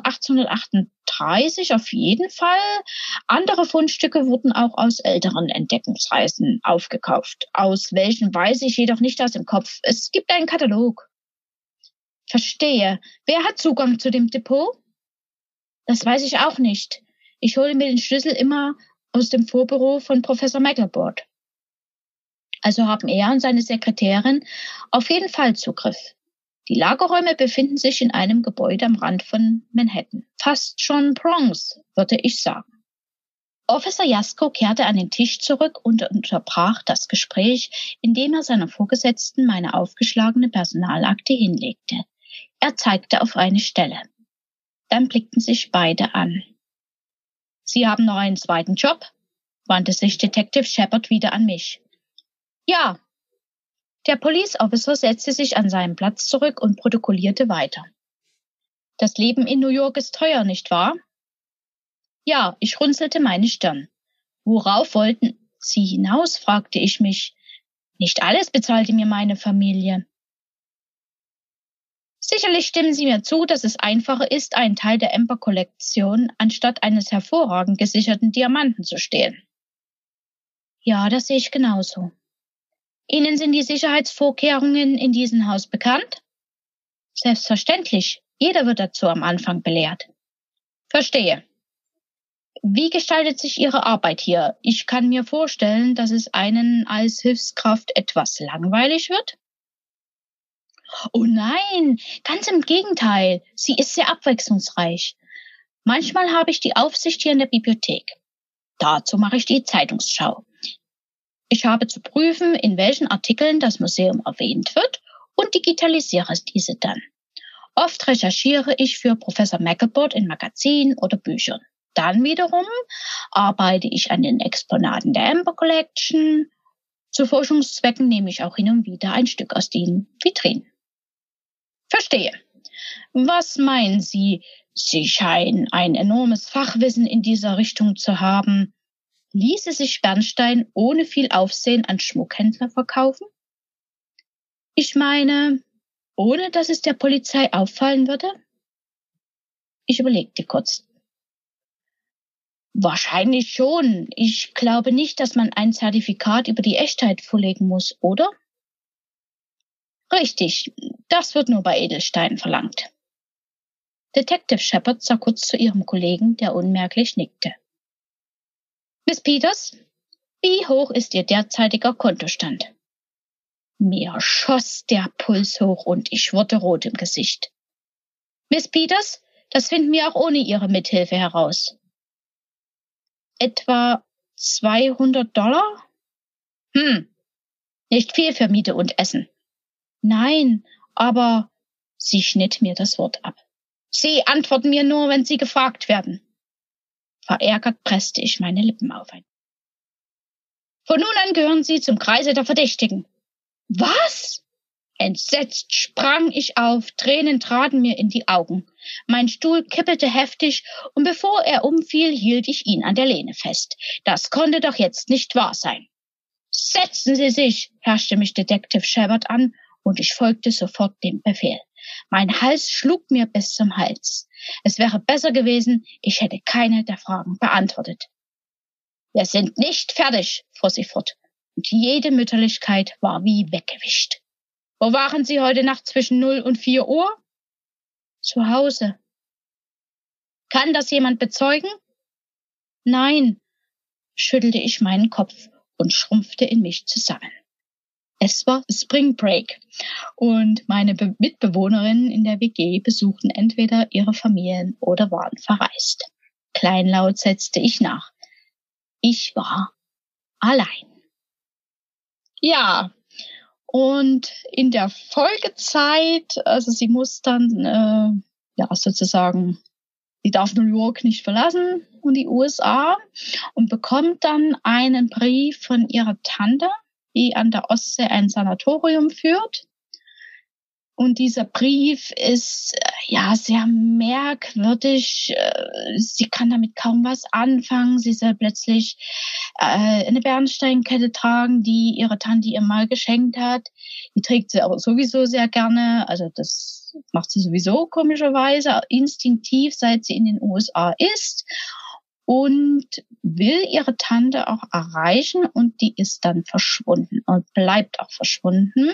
1838 auf jeden Fall. Andere Fundstücke wurden auch aus älteren Entdeckungsreisen aufgekauft. Aus welchen weiß ich jedoch nicht aus dem Kopf. Es gibt einen Katalog. Verstehe. Wer hat Zugang zu dem Depot? Das weiß ich auch nicht. Ich hole mir den Schlüssel immer aus dem Vorbüro von Professor Meckelbord. Also haben er und seine Sekretärin auf jeden Fall Zugriff. Die Lagerräume befinden sich in einem Gebäude am Rand von Manhattan. Fast schon Bronx, würde ich sagen. Officer Jasko kehrte an den Tisch zurück und unterbrach das Gespräch, indem er seiner Vorgesetzten meine aufgeschlagene Personalakte hinlegte. Er zeigte auf eine Stelle. Dann blickten sich beide an. Sie haben noch einen zweiten Job? Wandte sich Detective Shepard wieder an mich. Ja. Der Police Officer setzte sich an seinen Platz zurück und protokollierte weiter. Das Leben in New York ist teuer, nicht wahr? Ja, ich runzelte meine Stirn. Worauf wollten Sie hinaus, fragte ich mich. Nicht alles bezahlte mir meine Familie. Sicherlich stimmen Sie mir zu, dass es einfacher ist, einen Teil der Amber-Kollektion anstatt eines hervorragend gesicherten Diamanten zu stehlen. Ja, das sehe ich genauso. Ihnen sind die Sicherheitsvorkehrungen in diesem Haus bekannt? Selbstverständlich. Jeder wird dazu am Anfang belehrt. Verstehe. Wie gestaltet sich Ihre Arbeit hier? Ich kann mir vorstellen, dass es einen als Hilfskraft etwas langweilig wird. Oh nein, ganz im Gegenteil. Sie ist sehr abwechslungsreich. Manchmal habe ich die Aufsicht hier in der Bibliothek. Dazu mache ich die Zeitungsschau. Ich habe zu prüfen, in welchen Artikeln das Museum erwähnt wird und digitalisiere diese dann. Oft recherchiere ich für Professor Meckelbord in Magazinen oder Büchern. Dann wiederum arbeite ich an den Exponaten der Amber Collection. Zu Forschungszwecken nehme ich auch hin und wieder ein Stück aus den Vitrinen. Verstehe. Was meinen Sie? Sie scheinen ein enormes Fachwissen in dieser Richtung zu haben. Ließe sich Bernstein ohne viel Aufsehen an Schmuckhändler verkaufen? Ich meine, ohne dass es der Polizei auffallen würde? Ich überlegte kurz. Wahrscheinlich schon. Ich glaube nicht, dass man ein Zertifikat über die Echtheit vorlegen muss, oder? Richtig, das wird nur bei Edelsteinen verlangt. Detective Shepard sah kurz zu ihrem Kollegen, der unmerklich nickte. Miss Peters, wie hoch ist Ihr derzeitiger Kontostand? Mir schoss der Puls hoch und ich wurde rot im Gesicht. Miss Peters, das finden wir auch ohne Ihre Mithilfe heraus. Etwa $200? Nicht viel für Miete und Essen. Nein, aber sie schnitt mir das Wort ab. Sie antworten mir nur, wenn Sie gefragt werden. Verärgert presste ich meine Lippen aufeinander. Von nun an gehören Sie zum Kreise der Verdächtigen. Was? Entsetzt sprang ich auf, Tränen traten mir in die Augen. Mein Stuhl kippelte heftig, und bevor er umfiel, hielt ich ihn an der Lehne fest. Das konnte doch jetzt nicht wahr sein. Setzen Sie sich, herrschte mich Detective Shepard an, und ich folgte sofort dem Befehl. Mein Hals schlug mir bis zum Hals. Es wäre besser gewesen, ich hätte keine der Fragen beantwortet. Wir sind nicht fertig, fuhr sie fort, und jede Mütterlichkeit war wie weggewischt. Wo waren Sie heute Nacht zwischen 0 und 4 Uhr? Zu Hause. Kann das jemand bezeugen? Nein, schüttelte ich meinen Kopf und schrumpfte in mich zusammen. Es war Spring Break und meine Mitbewohnerinnen in der WG besuchten entweder ihre Familien oder waren verreist. Kleinlaut setzte ich nach. Ich war allein. Ja. Und in der Folgezeit, also sie muss dann, sozusagen, sie darf New York nicht verlassen und die USA und bekommt dann einen Brief von ihrer Tante, die an der Ostsee ein Sanatorium führt. Und dieser Brief ist sehr merkwürdig. Sie kann damit kaum was anfangen. Sie soll plötzlich eine Bernsteinkette tragen, die ihre Tante ihr mal geschenkt hat. Die trägt sie aber sowieso sehr gerne. Also das macht sie sowieso komischerweise instinktiv, seit sie in den USA ist. Und will ihre Tante auch erreichen, und die ist dann verschwunden und bleibt auch verschwunden.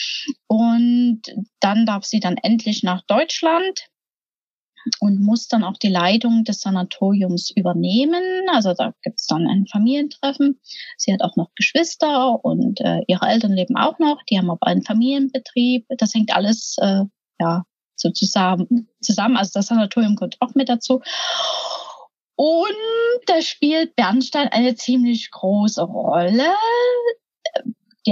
Und dann darf sie dann endlich nach Deutschland und muss dann auch die Leitung des Sanatoriums übernehmen. Also da gibt's dann ein Familientreffen. Sie hat auch noch Geschwister und ihre Eltern leben auch noch. Die haben aber einen Familienbetrieb. Das hängt alles so zusammen. Also das Sanatorium gehört auch mit dazu. Und da spielt Bernstein eine ziemlich große Rolle. Die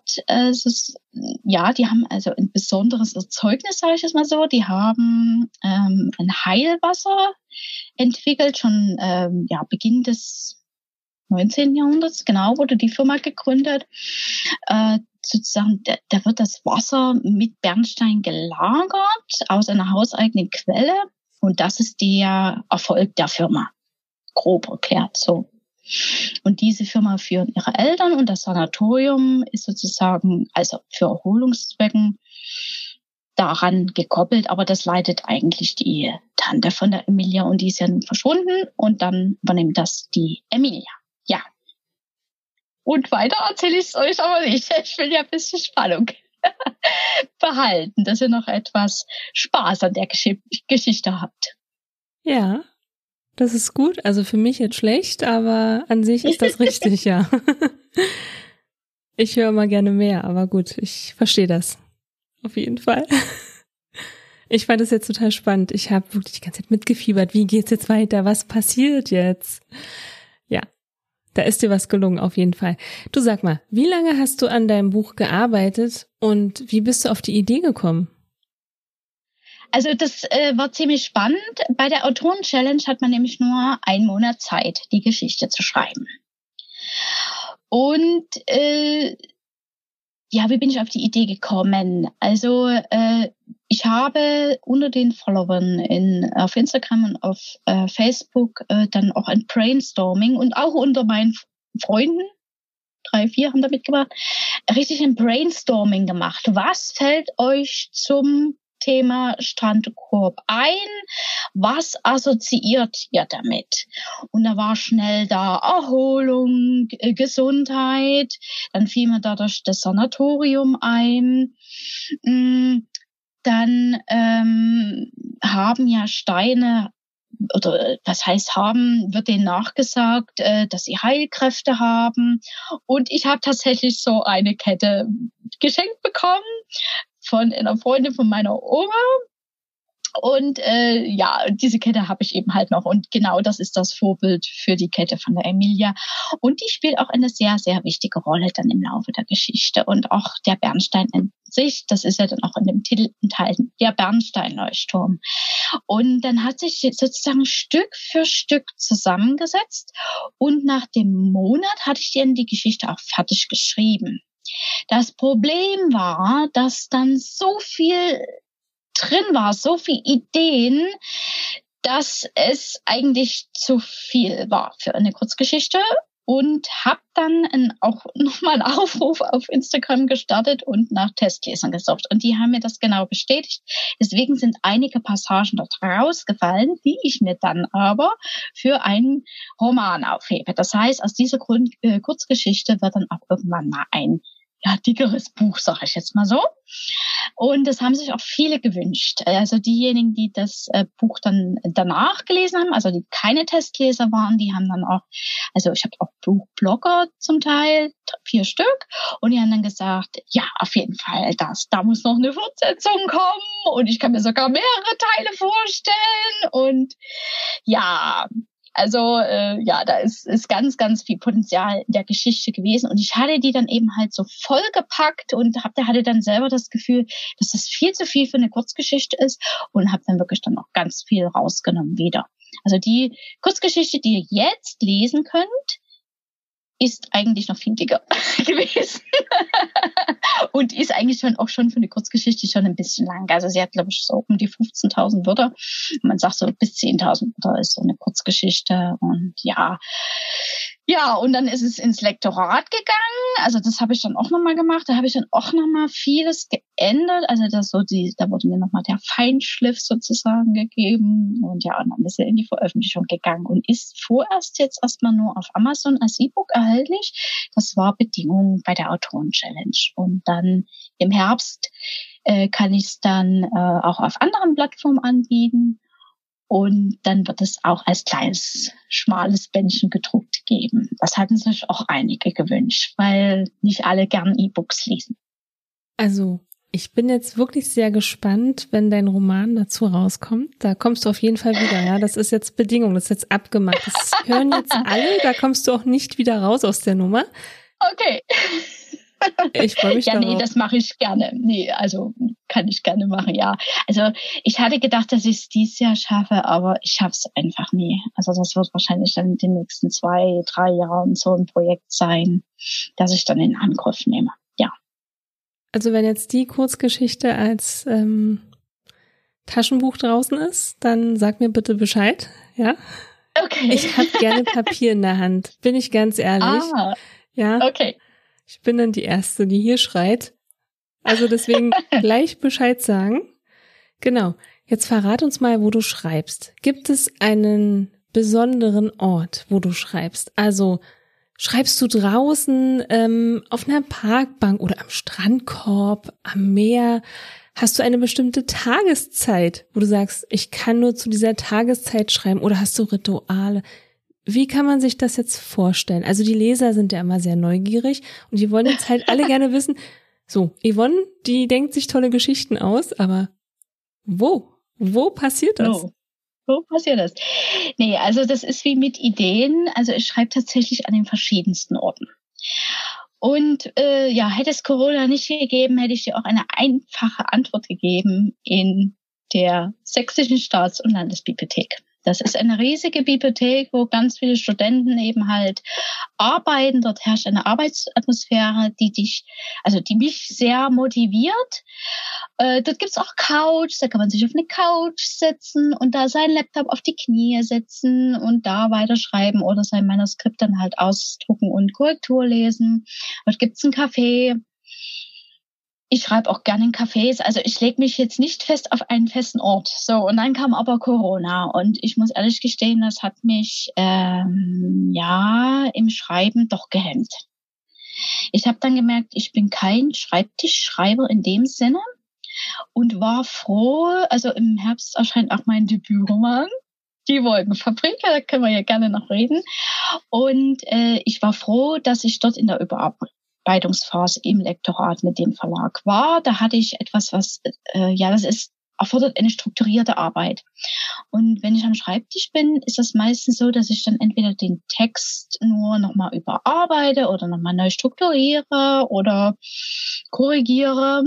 haben also ein besonderes Erzeugnis, sage ich jetzt mal so. Die haben ein Heilwasser entwickelt, schon Beginn des 19. Jahrhunderts, genau, wurde die Firma gegründet. Sozusagen, da wird das Wasser mit Bernstein gelagert aus einer hauseigenen Quelle. Und das ist der Erfolg der Firma, grob erklärt so. Und diese Firma führen ihre Eltern, und das Sanatorium ist sozusagen also für Erholungszwecken daran gekoppelt, aber das leitet eigentlich die Tante von der Emilia, und die ist ja nun verschwunden, und dann übernimmt das die Emilia. Ja. Und weiter erzähle ich es euch aber nicht. Ich will ja ein bisschen Spannung behalten, dass ihr noch etwas Spaß an der Geschichte habt. Ja, das ist gut. Also für mich jetzt schlecht, aber an sich ist das richtig, ja. Ich höre mal gerne mehr, aber gut, ich verstehe das. Auf jeden Fall. Ich fand das jetzt total spannend. Ich habe wirklich die ganze Zeit mitgefiebert. Wie geht's jetzt weiter? Was passiert jetzt? Ja, da ist dir was gelungen, auf jeden Fall. Du, sag mal, wie lange hast du an deinem Buch gearbeitet und wie bist du auf die Idee gekommen? Also das war ziemlich spannend. Bei der Autoren-Challenge hat man nämlich nur 1 Monat Zeit, die Geschichte zu schreiben. Und wie bin ich auf die Idee gekommen? Also ich habe unter den Followern auf Instagram und auf Facebook dann auch ein Brainstorming, und auch unter meinen Freunden, 3, 4 haben da mitgemacht, richtig ein Brainstorming gemacht. Was fällt euch zum Thema Strandkorb ein? Was assoziiert ihr damit? Und da war schnell da Erholung, Gesundheit. Dann fiel mir da das Sanatorium ein. Dann haben ja Steine, oder was heißt haben, wird denen nachgesagt, dass sie Heilkräfte haben. Und ich habe tatsächlich so eine Kette geschenkt bekommen von einer Freundin von meiner Oma. Und diese Kette habe ich eben halt noch. Und genau das ist das Vorbild für die Kette von der Emilia. Und die spielt auch eine sehr, sehr wichtige Rolle dann im Laufe der Geschichte. Und auch der Bernstein in sich, das ist ja dann auch in dem Titel enthalten, der Bernstein-Leuchtturm. Und dann hat sich sozusagen Stück für Stück zusammengesetzt. Und nach dem Monat hatte ich dann die Geschichte auch fertig geschrieben. Das Problem war, dass dann so viel drin war, so viele Ideen, dass es eigentlich zu viel war für eine Kurzgeschichte. Und habe dann auch nochmal einen Aufruf auf Instagram gestartet und nach Testlesern gesucht. Und die haben mir das genau bestätigt. Deswegen sind einige Passagen dort rausgefallen, die ich mir dann aber für einen Roman aufhebe. Das heißt, aus dieser Kurzgeschichte wird dann auch irgendwann mal ein dickeres Buch, sage ich jetzt mal so. Und das haben sich auch viele gewünscht. Also diejenigen, die das Buch dann danach gelesen haben, also die keine Testleser waren, die haben dann auch, also ich habe auch Buchblogger zum Teil, 4 Stück, und die haben dann gesagt, ja, auf jeden Fall, da muss noch eine Fortsetzung kommen und ich kann mir sogar mehrere Teile vorstellen und ja, also da ist ganz, ganz viel Potenzial in der Geschichte gewesen. Und ich hatte die dann eben halt so vollgepackt und hatte dann selber das Gefühl, dass das viel zu viel für eine Kurzgeschichte ist und habe dann wirklich dann auch ganz viel rausgenommen wieder. Also die Kurzgeschichte, die ihr jetzt lesen könnt, ist eigentlich noch viel dicker gewesen. Und ist eigentlich auch schon für eine Kurzgeschichte schon ein bisschen lang. Also sie hat, glaube ich, so um die 15.000 Wörter. Man sagt so bis 10.000 Wörter ist so eine Kurzgeschichte. Und ja, und dann ist es ins Lektorat gegangen. Also das habe ich dann auch nochmal gemacht. Da habe ich dann auch nochmal vieles geändert. Also da wurde mir nochmal der Feinschliff sozusagen gegeben. Und ja, und dann ist er in die Veröffentlichung gegangen und ist vorerst jetzt erstmal nur auf Amazon als E-Book erhältlich. Das war Bedingung bei der Autoren-Challenge. Und dann im Herbst kann ich es dann auch auf anderen Plattformen anbieten. Und dann wird es auch als kleines, schmales Bändchen gedruckt geben. Das hatten sich auch einige gewünscht, weil nicht alle gern E-Books lesen. Also, ich bin jetzt wirklich sehr gespannt, wenn dein Roman dazu rauskommt. Da kommst du auf jeden Fall wieder, ja. Das ist jetzt Bedingung, das ist jetzt abgemacht. Das hören jetzt alle, da kommst du auch nicht wieder raus aus der Nummer. Okay. Ich freue mich darauf. Ja, nee, das mache ich gerne. Nee, also kann ich gerne machen, ja. Also ich hatte gedacht, dass ich es dieses Jahr schaffe, aber ich schaffe es einfach nie. Also das wird wahrscheinlich dann in den nächsten 2, 3 Jahren so ein Projekt sein, das ich dann in Angriff nehme, ja. Also wenn jetzt die Kurzgeschichte als Taschenbuch draußen ist, dann sag mir bitte Bescheid, ja? Okay. Ich habe gerne Papier in der Hand, bin ich ganz ehrlich. Ja. Okay. Ich bin dann die Erste, die hier schreit. Also deswegen gleich Bescheid sagen. Genau. Jetzt verrat uns mal, wo du schreibst. Gibt es einen besonderen Ort, wo du schreibst? Also schreibst du draußen auf einer Parkbank oder am Strandkorb, am Meer? Hast du eine bestimmte Tageszeit, wo du sagst, ich kann nur zu dieser Tageszeit schreiben? Oder hast du Rituale? Wie kann man sich das jetzt vorstellen? Also die Leser sind ja immer sehr neugierig und die wollen jetzt halt alle gerne wissen, so, Yvonne, die denkt sich tolle Geschichten aus, aber wo? Wo passiert das? Wo passiert das? Nee, also das ist wie mit Ideen. Also ich schreibe tatsächlich an den verschiedensten Orten. Und hätte es Corona nicht gegeben, hätte ich dir auch eine einfache Antwort gegeben in der Sächsischen Staats- und Landesbibliothek. Das ist eine riesige Bibliothek, wo ganz viele Studenten eben halt arbeiten. Dort herrscht eine Arbeitsatmosphäre, die mich sehr motiviert. Dort gibt's auch Couch, da kann man sich auf eine Couch setzen und da seinen Laptop auf die Knie setzen und da weiterschreiben oder sein Manuskript dann halt ausdrucken und Korrektur lesen. Dort gibt's einen Café. Ich schreibe auch gerne in Cafés, also ich lege mich jetzt nicht fest auf einen festen Ort. So, und dann kam aber Corona und ich muss ehrlich gestehen, das hat mich im Schreiben doch gehemmt. Ich habe dann gemerkt, ich bin kein Schreibtischschreiber in dem Sinne und war froh, also im Herbst erscheint auch mein Debütroman, Die Wolkenfabrik, da können wir ja gerne noch reden. Und ich war froh, dass ich dort in der Überarbeitungsphase im Lektorat mit dem Verlag war. Da hatte ich etwas, erfordert eine strukturierte Arbeit. Und wenn ich am Schreibtisch bin, ist das meistens so, dass ich dann entweder den Text nur nochmal überarbeite oder nochmal neu strukturiere oder korrigiere.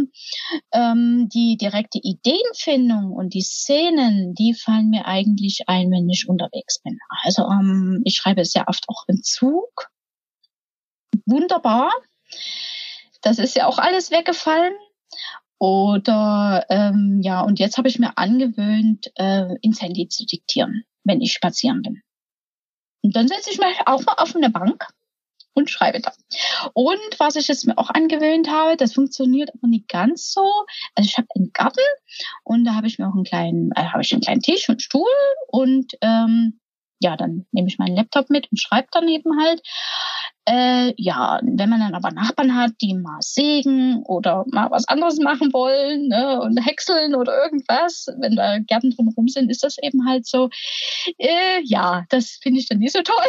Die direkte Ideenfindung und die Szenen, die fallen mir eigentlich ein, wenn ich unterwegs bin. Also ich schreibe sehr oft auch im Zug. Wunderbar. Das ist ja auch alles weggefallen. Oder ja, und jetzt habe ich mir angewöhnt, ins Handy zu diktieren, wenn ich spazieren bin. Und dann setze ich mich auch mal auf eine Bank und schreibe da. Und was ich jetzt mir auch angewöhnt habe, das funktioniert aber nicht ganz so. Also ich habe einen Garten und da habe ich mir auch einen kleinen Tisch und Stuhl und ja, dann nehme ich meinen Laptop mit und schreibe dann eben halt. Ja, wenn man dann aber Nachbarn hat, die mal sägen oder mal was anderes machen wollen, ne, und häckseln oder irgendwas, wenn da Gärten drumherum sind, ist das eben halt so. Ja, das finde ich dann nicht so toll.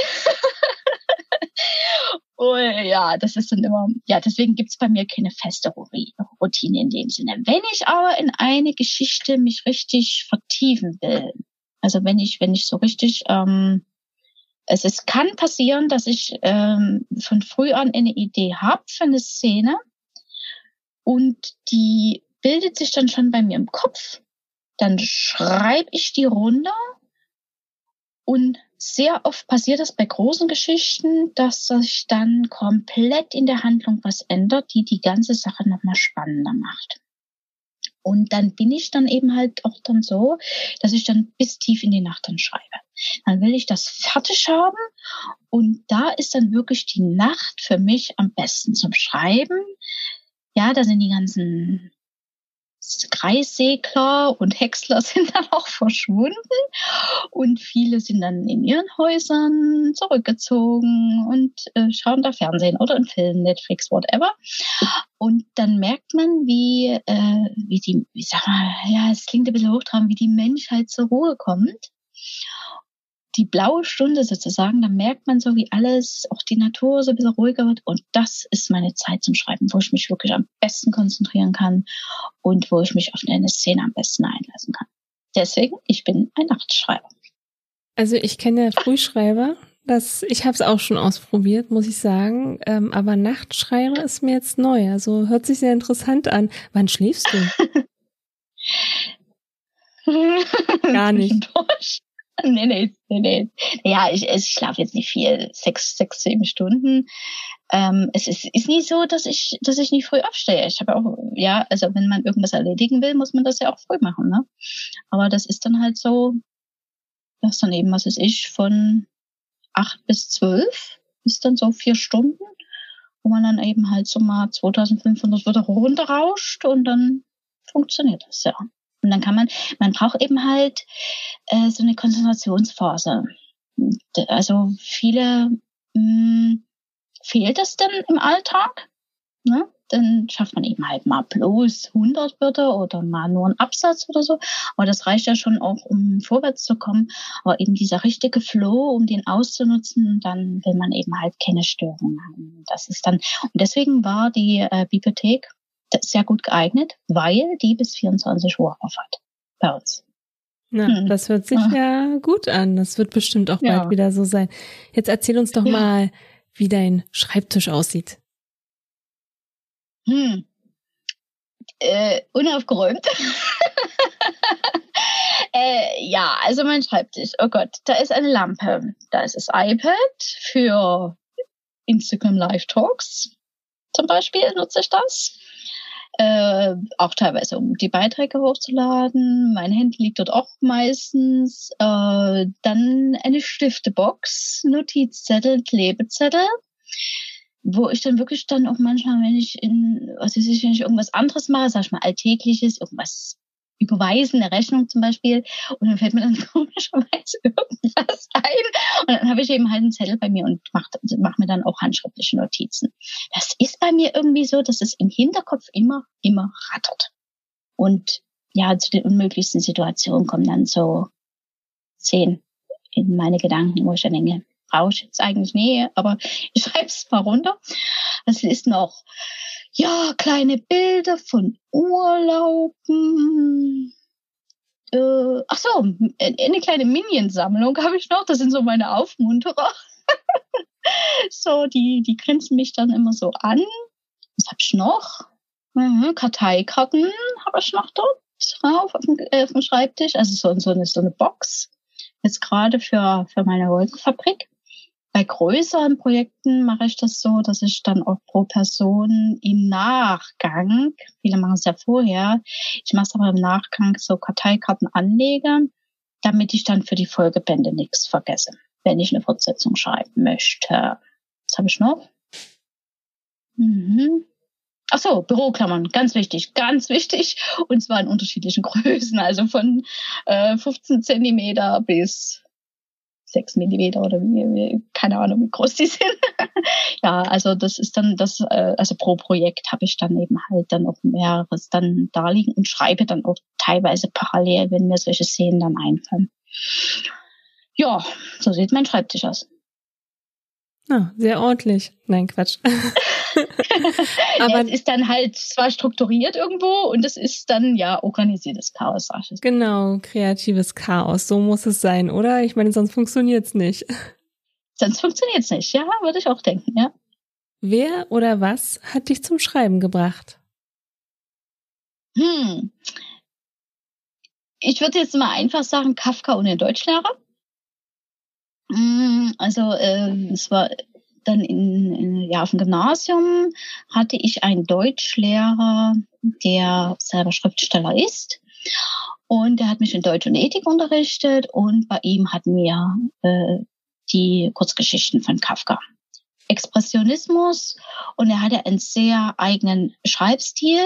Oh, ja, das ist dann immer, ja, deswegen gibt's bei mir keine feste Routine in dem Sinne. Wenn ich aber in eine Geschichte mich richtig vertiefen will, also wenn ich so richtig, es kann passieren, dass ich von früh an eine Idee habe für eine Szene und die bildet sich dann schon bei mir im Kopf, dann schreibe ich die runter. Und sehr oft passiert das bei großen Geschichten, dass sich dann komplett in der Handlung was ändert, die ganze Sache nochmal spannender macht. Und dann bin ich dann eben halt auch dann so, dass ich dann bis tief in die Nacht dann schreibe. Dann will ich das fertig haben und da ist dann wirklich die Nacht für mich am besten zum Schreiben. Ja, da sind die ganzen Kreissegler und Häcksler sind dann auch verschwunden und viele sind dann in ihren Häusern zurückgezogen und schauen da Fernsehen oder einen Film, Netflix, whatever. Und dann merkt man, wie sag mal, ja, es klingt ein bisschen hochtrabend, wie die Menschheit zur Ruhe kommt. Die blaue Stunde sozusagen, da merkt man so, wie alles, auch die Natur so ein bisschen ruhiger wird. Und das ist meine Zeit zum Schreiben, wo ich mich wirklich am besten konzentrieren kann und wo ich mich auf eine Szene am besten einlassen kann. Deswegen, ich bin ein Nachtschreiber. Also ich kenne Frühschreiber, ich habe es auch schon ausprobiert, muss ich sagen. Aber Nachtschreiber ist mir jetzt neu. Also hört sich sehr interessant an. Wann schläfst du? Gar nicht. Nee. Ja, ich schlafe jetzt nicht viel, 6-7 Stunden. Es ist nie so, dass ich nie früh aufstehe. Ich habe auch, ja, also wenn man irgendwas erledigen will, muss man das ja auch früh machen, ne? Aber das ist dann halt so, das dann eben, was weiß ich, von 8 bis 12 ist dann so 4 Stunden, wo man dann eben halt so mal 2500 Wörter runterrauscht und dann funktioniert das, ja. Und dann kann man braucht eben halt so eine Konzentrationsphase. Also viele fehlt das denn im Alltag, ne? Dann schafft man eben halt mal bloß 100 Wörter oder mal nur einen Absatz oder so. Aber das reicht ja schon auch, um vorwärts zu kommen. Aber eben dieser richtige Flow, um den auszunutzen, dann will man eben halt keine Störungen haben. Das ist dann, und deswegen war die Bibliothek sehr gut geeignet, weil die bis 24 Uhr auf hat bei uns. Na, das hört sich ja gut an. Das wird bestimmt auch bald wieder so sein. Jetzt erzähl uns doch mal, wie dein Schreibtisch aussieht. Unaufgeräumt. Ja, also mein Schreibtisch. Oh Gott, da ist eine Lampe. Da ist das iPad für Instagram Live Talks. Zum Beispiel nutze ich das. Auch teilweise, um die Beiträge hochzuladen. Mein Handy liegt dort auch meistens. Dann eine Stiftebox, Notizzettel, Klebezettel, wo ich dann wirklich dann auch manchmal, wenn ich wenn ich irgendwas anderes mache, sag ich mal Alltägliches, irgendwas überweisen, eine Rechnung zum Beispiel, und dann fällt mir dann komischerweise irgendwas ein. Und dann habe ich eben halt einen Zettel bei mir und mach mir dann auch handschriftliche Notizen. Das ist bei mir irgendwie so, dass es im Hinterkopf immer rattert. Und ja, zu den unmöglichsten Situationen kommen dann so 10 in meine Gedanken, wo ich dann denke, brauche ich jetzt eigentlich nie, aber ich schreibe es mal runter. Das ist noch, ja, kleine Bilder von Urlauben. Ach so, eine kleine Minion-Sammlung habe ich noch. Das sind so meine Aufmunterer. So, die grinsen mich dann immer so an. Was habe ich noch? Karteikarten habe ich noch dort drauf auf dem Schreibtisch. Also so eine Box. Jetzt gerade für meine Wolkenfabrik. Bei größeren Projekten mache ich das so, dass ich dann auch pro Person im Nachgang, viele machen es ja vorher, ich mache es aber im Nachgang so Karteikarten anlege, damit ich dann für die Folgebände nichts vergesse, wenn ich eine Fortsetzung schreiben möchte. Was habe ich noch? Ach so, Büroklammern, ganz wichtig. Und zwar in unterschiedlichen Größen, also von 15 Zentimeter bis 6 Millimeter oder wie, keine Ahnung, wie groß die sind. Ja, also das ist dann das, also pro Projekt habe ich dann eben halt dann auch mehreres dann da liegen und schreibe dann auch teilweise parallel, wenn mir solche Szenen dann einfallen. Ja, so sieht mein Schreibtisch aus. Ah, sehr ordentlich. Nein, Quatsch. Aber es ist dann halt zwar strukturiert irgendwo und es ist dann ja organisiertes Chaos, sag ich. Genau, kreatives Chaos, so muss es sein, oder? Ich meine, sonst funktioniert's nicht. Sonst funktioniert's nicht, ja, würde ich auch denken, ja. Wer oder was hat dich zum Schreiben gebracht? Ich würde jetzt mal einfach sagen, Kafka und der Deutschlehrer. Also es war dann auf dem Gymnasium hatte ich einen Deutschlehrer, der selber Schriftsteller ist. Und der hat mich in Deutsch und Ethik unterrichtet und bei ihm hatten wir die Kurzgeschichten von Kafka. Expressionismus und er hatte einen sehr eigenen Schreibstil.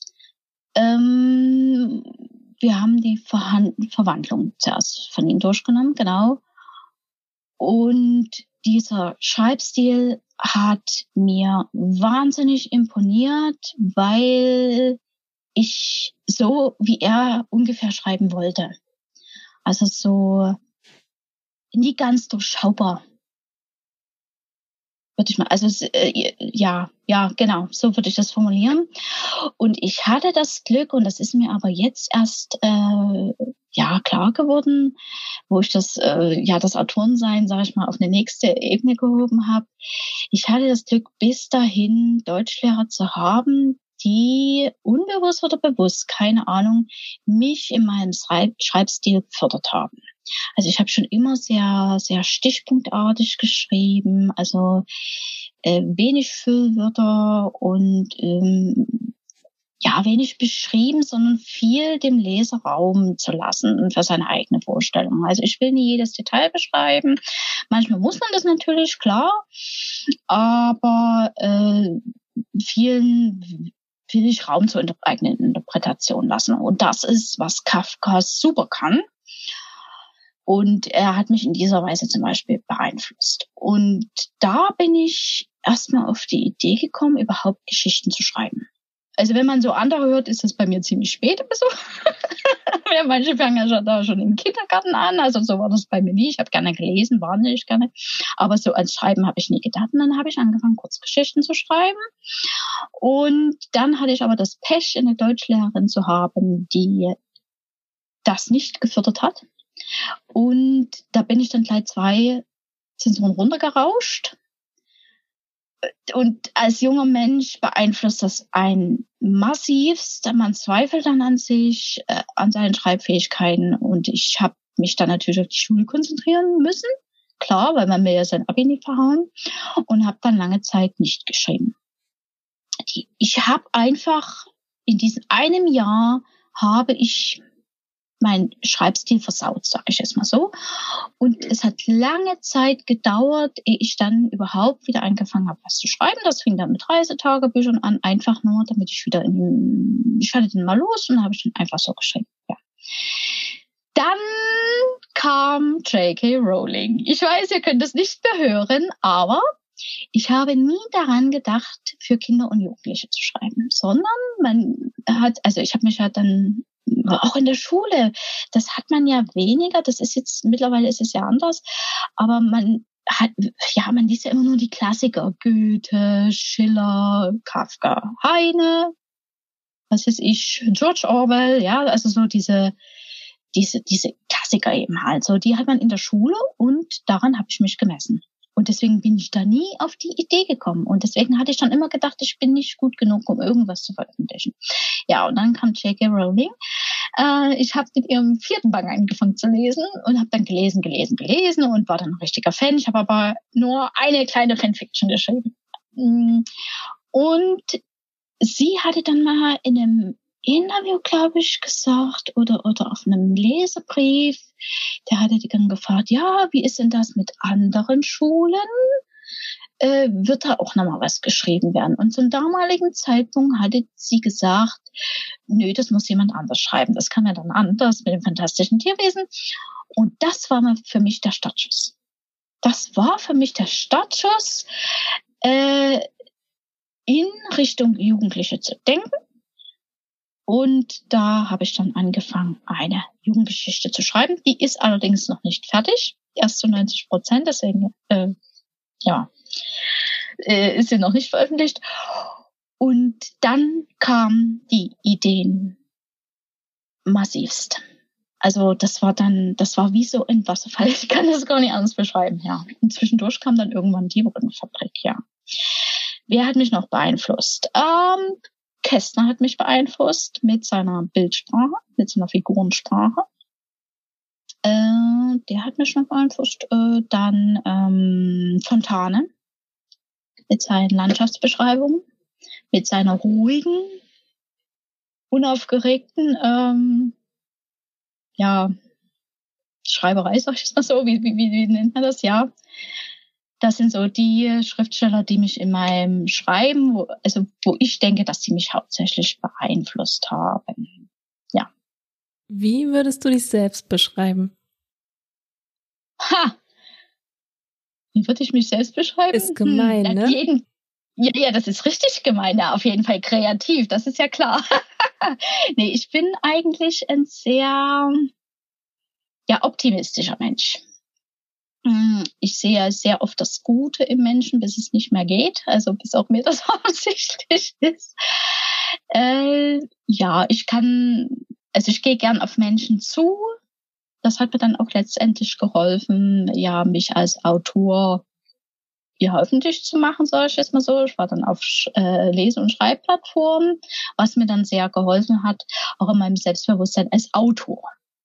Wir haben die Verwandlung zuerst von ihm durchgenommen, genau. Und dieser Schreibstil hat mir wahnsinnig imponiert, weil ich so wie er ungefähr schreiben wollte. Also so nie ganz durchschaubar. Würde ich mal, also ja, genau, so würde ich das formulieren. Und ich hatte das Glück, und das ist mir aber jetzt erst klar geworden, wo ich das Autorensein, sage ich mal, auf eine nächste Ebene gehoben habe. Ich hatte das Glück, bis dahin Deutschlehrer zu haben, die unbewusst oder bewusst, keine Ahnung, mich in meinem Schreibstil gefördert haben. Also ich habe schon immer sehr, sehr stichpunktartig geschrieben, also wenig Füllwörter und wenig beschrieben, sondern viel dem Leser Raum zu lassen für seine eigene Vorstellung. Also ich will nie jedes Detail beschreiben. Manchmal muss man das natürlich, klar, aber vielen will ich Raum zur eigenen Interpretation lassen. Und das ist, was Kafka super kann. Und er hat mich in dieser Weise zum Beispiel beeinflusst. Und da bin ich erstmal auf die Idee gekommen, überhaupt Geschichten zu schreiben. Also wenn man so andere hört, ist das bei mir ziemlich spät oder so. Ja, manche fangen ja schon im Kindergarten an. Also so war das bei mir nie. Ich habe gerne gelesen, wahnsinnig gerne. Aber so ans Schreiben habe ich nie gedacht. Und dann habe ich angefangen, Kurzgeschichten zu schreiben. Und dann hatte ich aber das Pech, eine Deutschlehrerin zu haben, die das nicht gefördert hat. Und da bin ich dann gleich 2 Zensuren runtergerauscht. Und als junger Mensch beeinflusst das einen massivst. Man zweifelt dann an sich, an seinen Schreibfähigkeiten. Und ich habe mich dann natürlich auf die Schule konzentrieren müssen. Klar, weil man mir ja sein Abi nicht verhauen. Und habe dann lange Zeit nicht geschrieben. Ich habe einfach in diesem einem Jahr habe ich mein Schreibstil versaut, sage ich jetzt mal so. Und es hat lange Zeit gedauert, ehe ich dann überhaupt wieder angefangen habe, was zu schreiben. Das fing dann mit Reisetagebüchern an, einfach nur, damit ich wieder ich hatte dann mal los und habe ich dann einfach so geschrieben. Ja. Dann kam J.K. Rowling. Ich weiß, ihr könnt es nicht mehr hören, aber ich habe nie daran gedacht, für Kinder und Jugendliche zu schreiben, sondern ich habe mich halt dann auch in der Schule, das hat man ja weniger, mittlerweile ist es ja anders, aber man liest ja immer nur die Klassiker, Goethe, Schiller, Kafka, Heine, was weiß ich, George Orwell, ja, also so diese Klassiker eben halt, so die hat man in der Schule und daran habe ich mich gemessen. Und Und deswegen bin ich da nie auf die Idee gekommen. Und deswegen hatte ich dann immer gedacht, ich bin nicht gut genug, um irgendwas zu veröffentlichen. Ja, und dann kam J.K. Rowling. Ich habe mit ihrem 4. Band angefangen zu lesen und habe dann gelesen und war dann ein richtiger Fan. Ich habe aber nur eine kleine Fanfiction geschrieben. Und sie hatte dann mal in einem Interview, glaube ich, gesagt oder auf einem Lesebrief, der hatte die dann gefragt, ja, wie ist denn das mit anderen Schulen? Wird da auch nochmal was geschrieben werden? Und zum damaligen Zeitpunkt hatte sie gesagt, nö, das muss jemand anders schreiben. Das kann ja dann anders mit dem fantastischen Tierwesen. Und das war für mich der Startschuss. Das war für mich der Startschuss, in Richtung Jugendliche zu denken. Und da habe ich dann angefangen, eine Jugendgeschichte zu schreiben. Die ist allerdings noch nicht fertig, erst zu 90%, deswegen ist sie noch nicht veröffentlicht. Und dann kamen die Ideen massivst. Also das war wie so ein Wasserfall. Ich kann das gar nicht anders beschreiben, ja. Und zwischendurch kam dann irgendwann die Wochenfabrik, ja. Wer hat mich noch beeinflusst? Kästner hat mich beeinflusst mit seiner Bildsprache, mit seiner Figurensprache. Der hat mich noch beeinflusst. Dann Fontane mit seinen Landschaftsbeschreibungen, mit seiner ruhigen, unaufgeregten, Schreiberei, sag ich jetzt mal so. Wie nennt man das? Ja. Das sind so die Schriftsteller, die mich in meinem Schreiben, wo ich denke, dass sie mich hauptsächlich beeinflusst haben. Ja. Wie würdest du dich selbst beschreiben? Wie würde ich mich selbst beschreiben? Ist gemein, ne? Ja, das ist richtig gemein. Ja, auf jeden Fall kreativ, das ist ja klar. Nee, ich bin eigentlich ein sehr optimistischer Mensch. Ich sehe sehr oft das Gute im Menschen, bis es nicht mehr geht. Also bis auch mir das offensichtlich ist. Ich gehe gern auf Menschen zu. Das hat mir dann auch letztendlich geholfen, ja, mich als Autor öffentlich zu machen, sage ich jetzt mal so. Ich war dann auf Lese- und Schreibplattformen, was mir dann sehr geholfen hat, auch in meinem Selbstbewusstsein als Autor.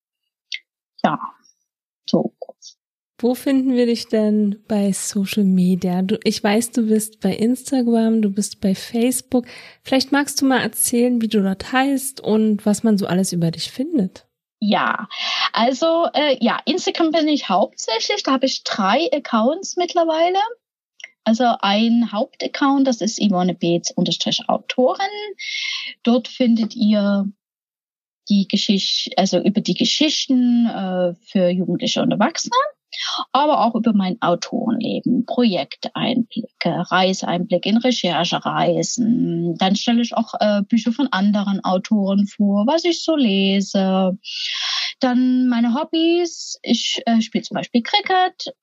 Ja, so. Wo finden wir dich denn bei Social Media? Ich weiß, du bist bei Instagram, du bist bei Facebook. Vielleicht magst du mal erzählen, wie du dort heißt und was man so alles über dich findet. Ja, also Instagram bin ich hauptsächlich. Da habe ich 3 Accounts mittlerweile. Also ein Hauptaccount, das ist Yvonne Beetz _Autorin. Dort findet ihr die Geschichte, also über die Geschichten für Jugendliche und Erwachsene, aber auch über mein Autorenleben, Projekteinblicke, Reiseeinblicke in Recherchereisen. Dann stelle ich auch Bücher von anderen Autoren vor, was ich so lese. Dann meine Hobbys. Ich spiele zum Beispiel Cricket.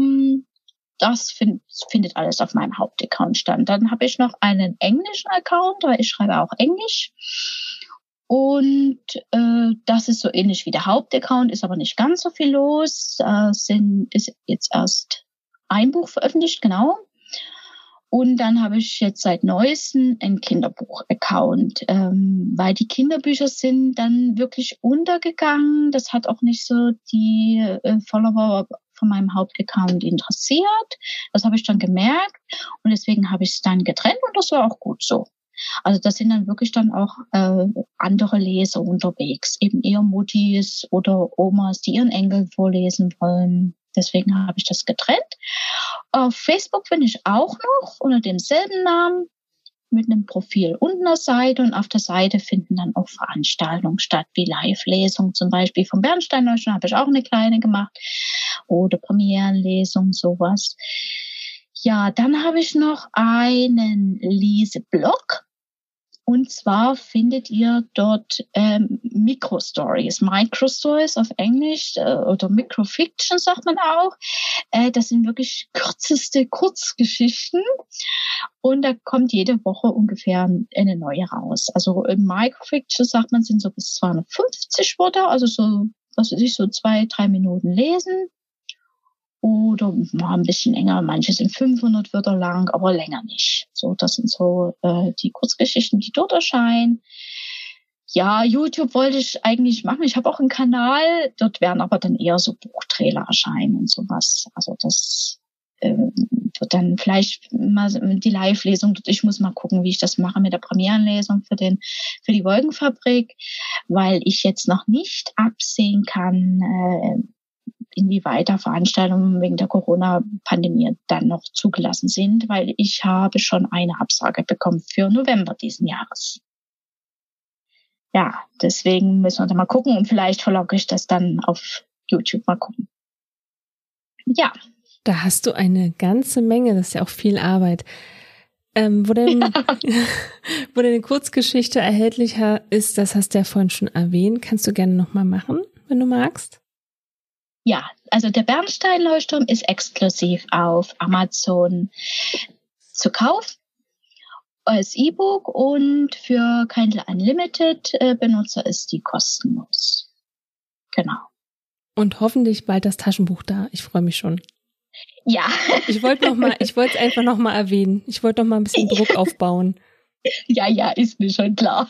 Das findet alles auf meinem Hauptaccount statt. Dann habe ich noch einen englischen Account, weil ich schreibe auch Englisch. Und das ist so ähnlich wie der Hauptaccount, ist aber nicht ganz so viel los. Ist jetzt erst ein Buch veröffentlicht, genau. Und dann habe ich jetzt seit Neuestem einen Kinderbuch-Account, weil die Kinderbücher sind dann wirklich untergegangen. Das hat auch nicht so die Follower von meinem Hauptaccount interessiert. Das habe ich dann gemerkt und deswegen habe ich es dann getrennt und das war auch gut so. Also das sind dann wirklich dann auch andere Leser unterwegs, eben eher Muttis oder Omas, die ihren Enkeln vorlesen wollen. Deswegen habe ich das getrennt. Auf Facebook bin ich auch noch unter demselben Namen mit einem Profil und einer Seite. Und auf der Seite finden dann auch Veranstaltungen statt, wie Live-Lesungen zum Beispiel vom Bernsteinleuchter habe ich auch eine kleine gemacht. Oder Premierenlesung, sowas. Ja, dann habe ich noch einen Leseblog. Und zwar findet ihr dort Microstories auf Englisch oder Microfiction sagt man auch. Das sind wirklich kürzeste Kurzgeschichten und da kommt jede Woche ungefähr eine neue raus. Also im Microfiction sagt man, sind so bis 250 Wörter, also so, was weiß ich, so 2-3 Minuten lesen. Und oder mal ein bisschen länger. Manche sind 500 Wörter lang, aber länger nicht. So, das sind so die Kurzgeschichten, die dort erscheinen. Ja, YouTube wollte ich eigentlich machen. Ich habe auch einen Kanal. Dort werden aber dann eher so Buchtrailer erscheinen und sowas. Also das wird dann vielleicht mal die Live-Lesung. Ich muss mal gucken, wie ich das mache mit der Premierenlesung für die Wolkenfabrik, weil ich jetzt noch nicht absehen kann, inwieweit da Veranstaltungen wegen der Corona-Pandemie dann noch zugelassen sind, weil ich habe schon eine Absage bekommen für November diesen Jahres. Ja, deswegen müssen wir da mal gucken und vielleicht verlogge ich das dann auf YouTube, mal gucken. Ja. Da hast du eine ganze Menge, das ist ja auch viel Arbeit. Wo deine Kurzgeschichte erhältlich ist, das hast du ja vorhin schon erwähnt, kannst du gerne nochmal machen, wenn du magst? Ja, also der Bernstein-Leuchtturm ist exklusiv auf Amazon zu kaufen als E-Book und für Kindle Unlimited Benutzer ist die kostenlos. Genau. Und hoffentlich bald das Taschenbuch da. Ich freue mich schon. Ja. Ich wollte es einfach noch mal erwähnen. Ich wollte noch mal ein bisschen Druck aufbauen. Ja, ist mir schon klar.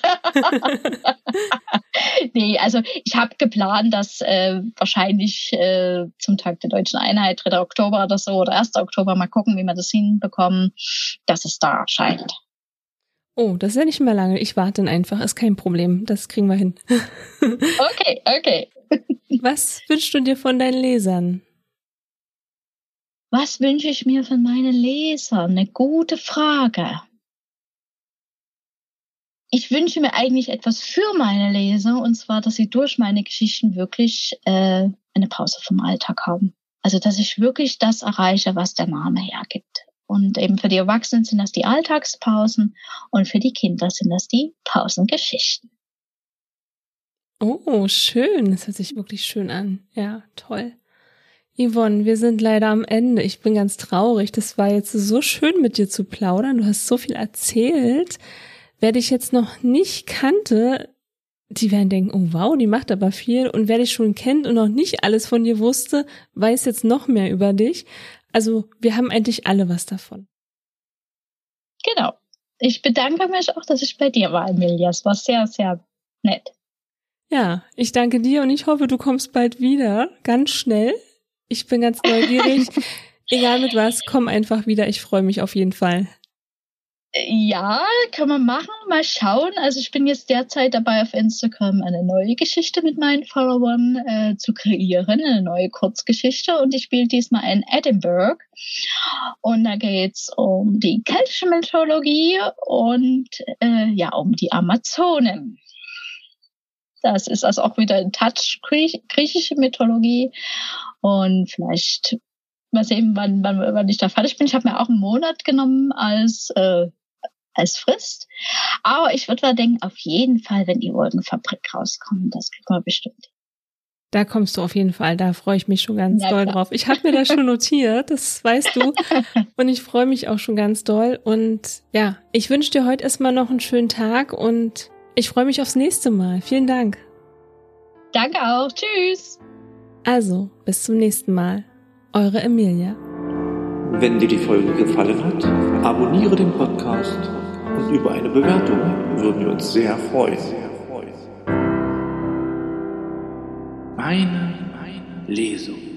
Nee, also ich habe geplant, dass wahrscheinlich zum Tag der Deutschen Einheit, 3. Oktober oder so, oder 1. Oktober, mal gucken, wie wir das hinbekommen, dass es da erscheint. Oh, das ist ja nicht mehr lange. Ich warte dann einfach, ist kein Problem. Das kriegen wir hin. Okay. Was wünschst du dir von deinen Lesern? Was wünsche ich mir von meinen Lesern? Eine gute Frage. Ich wünsche mir eigentlich etwas für meine Leser, und zwar, dass sie durch meine Geschichten wirklich eine Pause vom Alltag haben. Also, dass ich wirklich das erreiche, was der Name hergibt. Und eben für die Erwachsenen sind das die Alltagspausen und für die Kinder sind das die Pausengeschichten. Oh, schön. Das hört sich wirklich schön an. Ja, toll. Yvonne, wir sind leider am Ende. Ich bin ganz traurig. Das war jetzt so schön, mit dir zu plaudern. Du hast so viel erzählt. Wer dich jetzt noch nicht kannte, die werden denken, oh wow, die macht aber viel. Und wer dich schon kennt und noch nicht alles von dir wusste, weiß jetzt noch mehr über dich. Also wir haben eigentlich alle was davon. Genau. Ich bedanke mich auch, dass ich bei dir war, Emilia. Es war sehr, sehr nett. Ja, ich danke dir und ich hoffe, du kommst bald wieder, ganz schnell. Ich bin ganz neugierig. Egal mit was, komm einfach wieder. Ich freue mich auf jeden Fall. Ja, kann man machen. Mal schauen. Also ich bin jetzt derzeit dabei, auf Instagram eine neue Geschichte mit meinen Followern zu kreieren, eine neue Kurzgeschichte. Und ich spiele diesmal in Edinburgh. Und da geht's um die keltische Mythologie und um die Amazonen. Das ist also auch wieder ein Touch griechische Mythologie. Und vielleicht mal sehen, wann ich da fertig bin. Ich habe mir auch einen Monat genommen als Frist. Aber ich würde mal denken, auf jeden Fall, wenn die Wolkenfabrik rauskommt, das kriegt man bestimmt. Da kommst du auf jeden Fall, da freue ich mich schon ganz doll drauf. Ich habe mir das schon notiert, das weißt du. Und ich freue mich auch schon ganz doll. Und ja, ich wünsche dir heute erstmal noch einen schönen Tag und ich freue mich aufs nächste Mal. Vielen Dank. Danke auch. Tschüss. Also, bis zum nächsten Mal. Eure Emilia. Wenn dir die Folge gefallen hat, abonniere den Podcast und über eine Bewertung würden wir uns sehr freuen. Meine Lesung.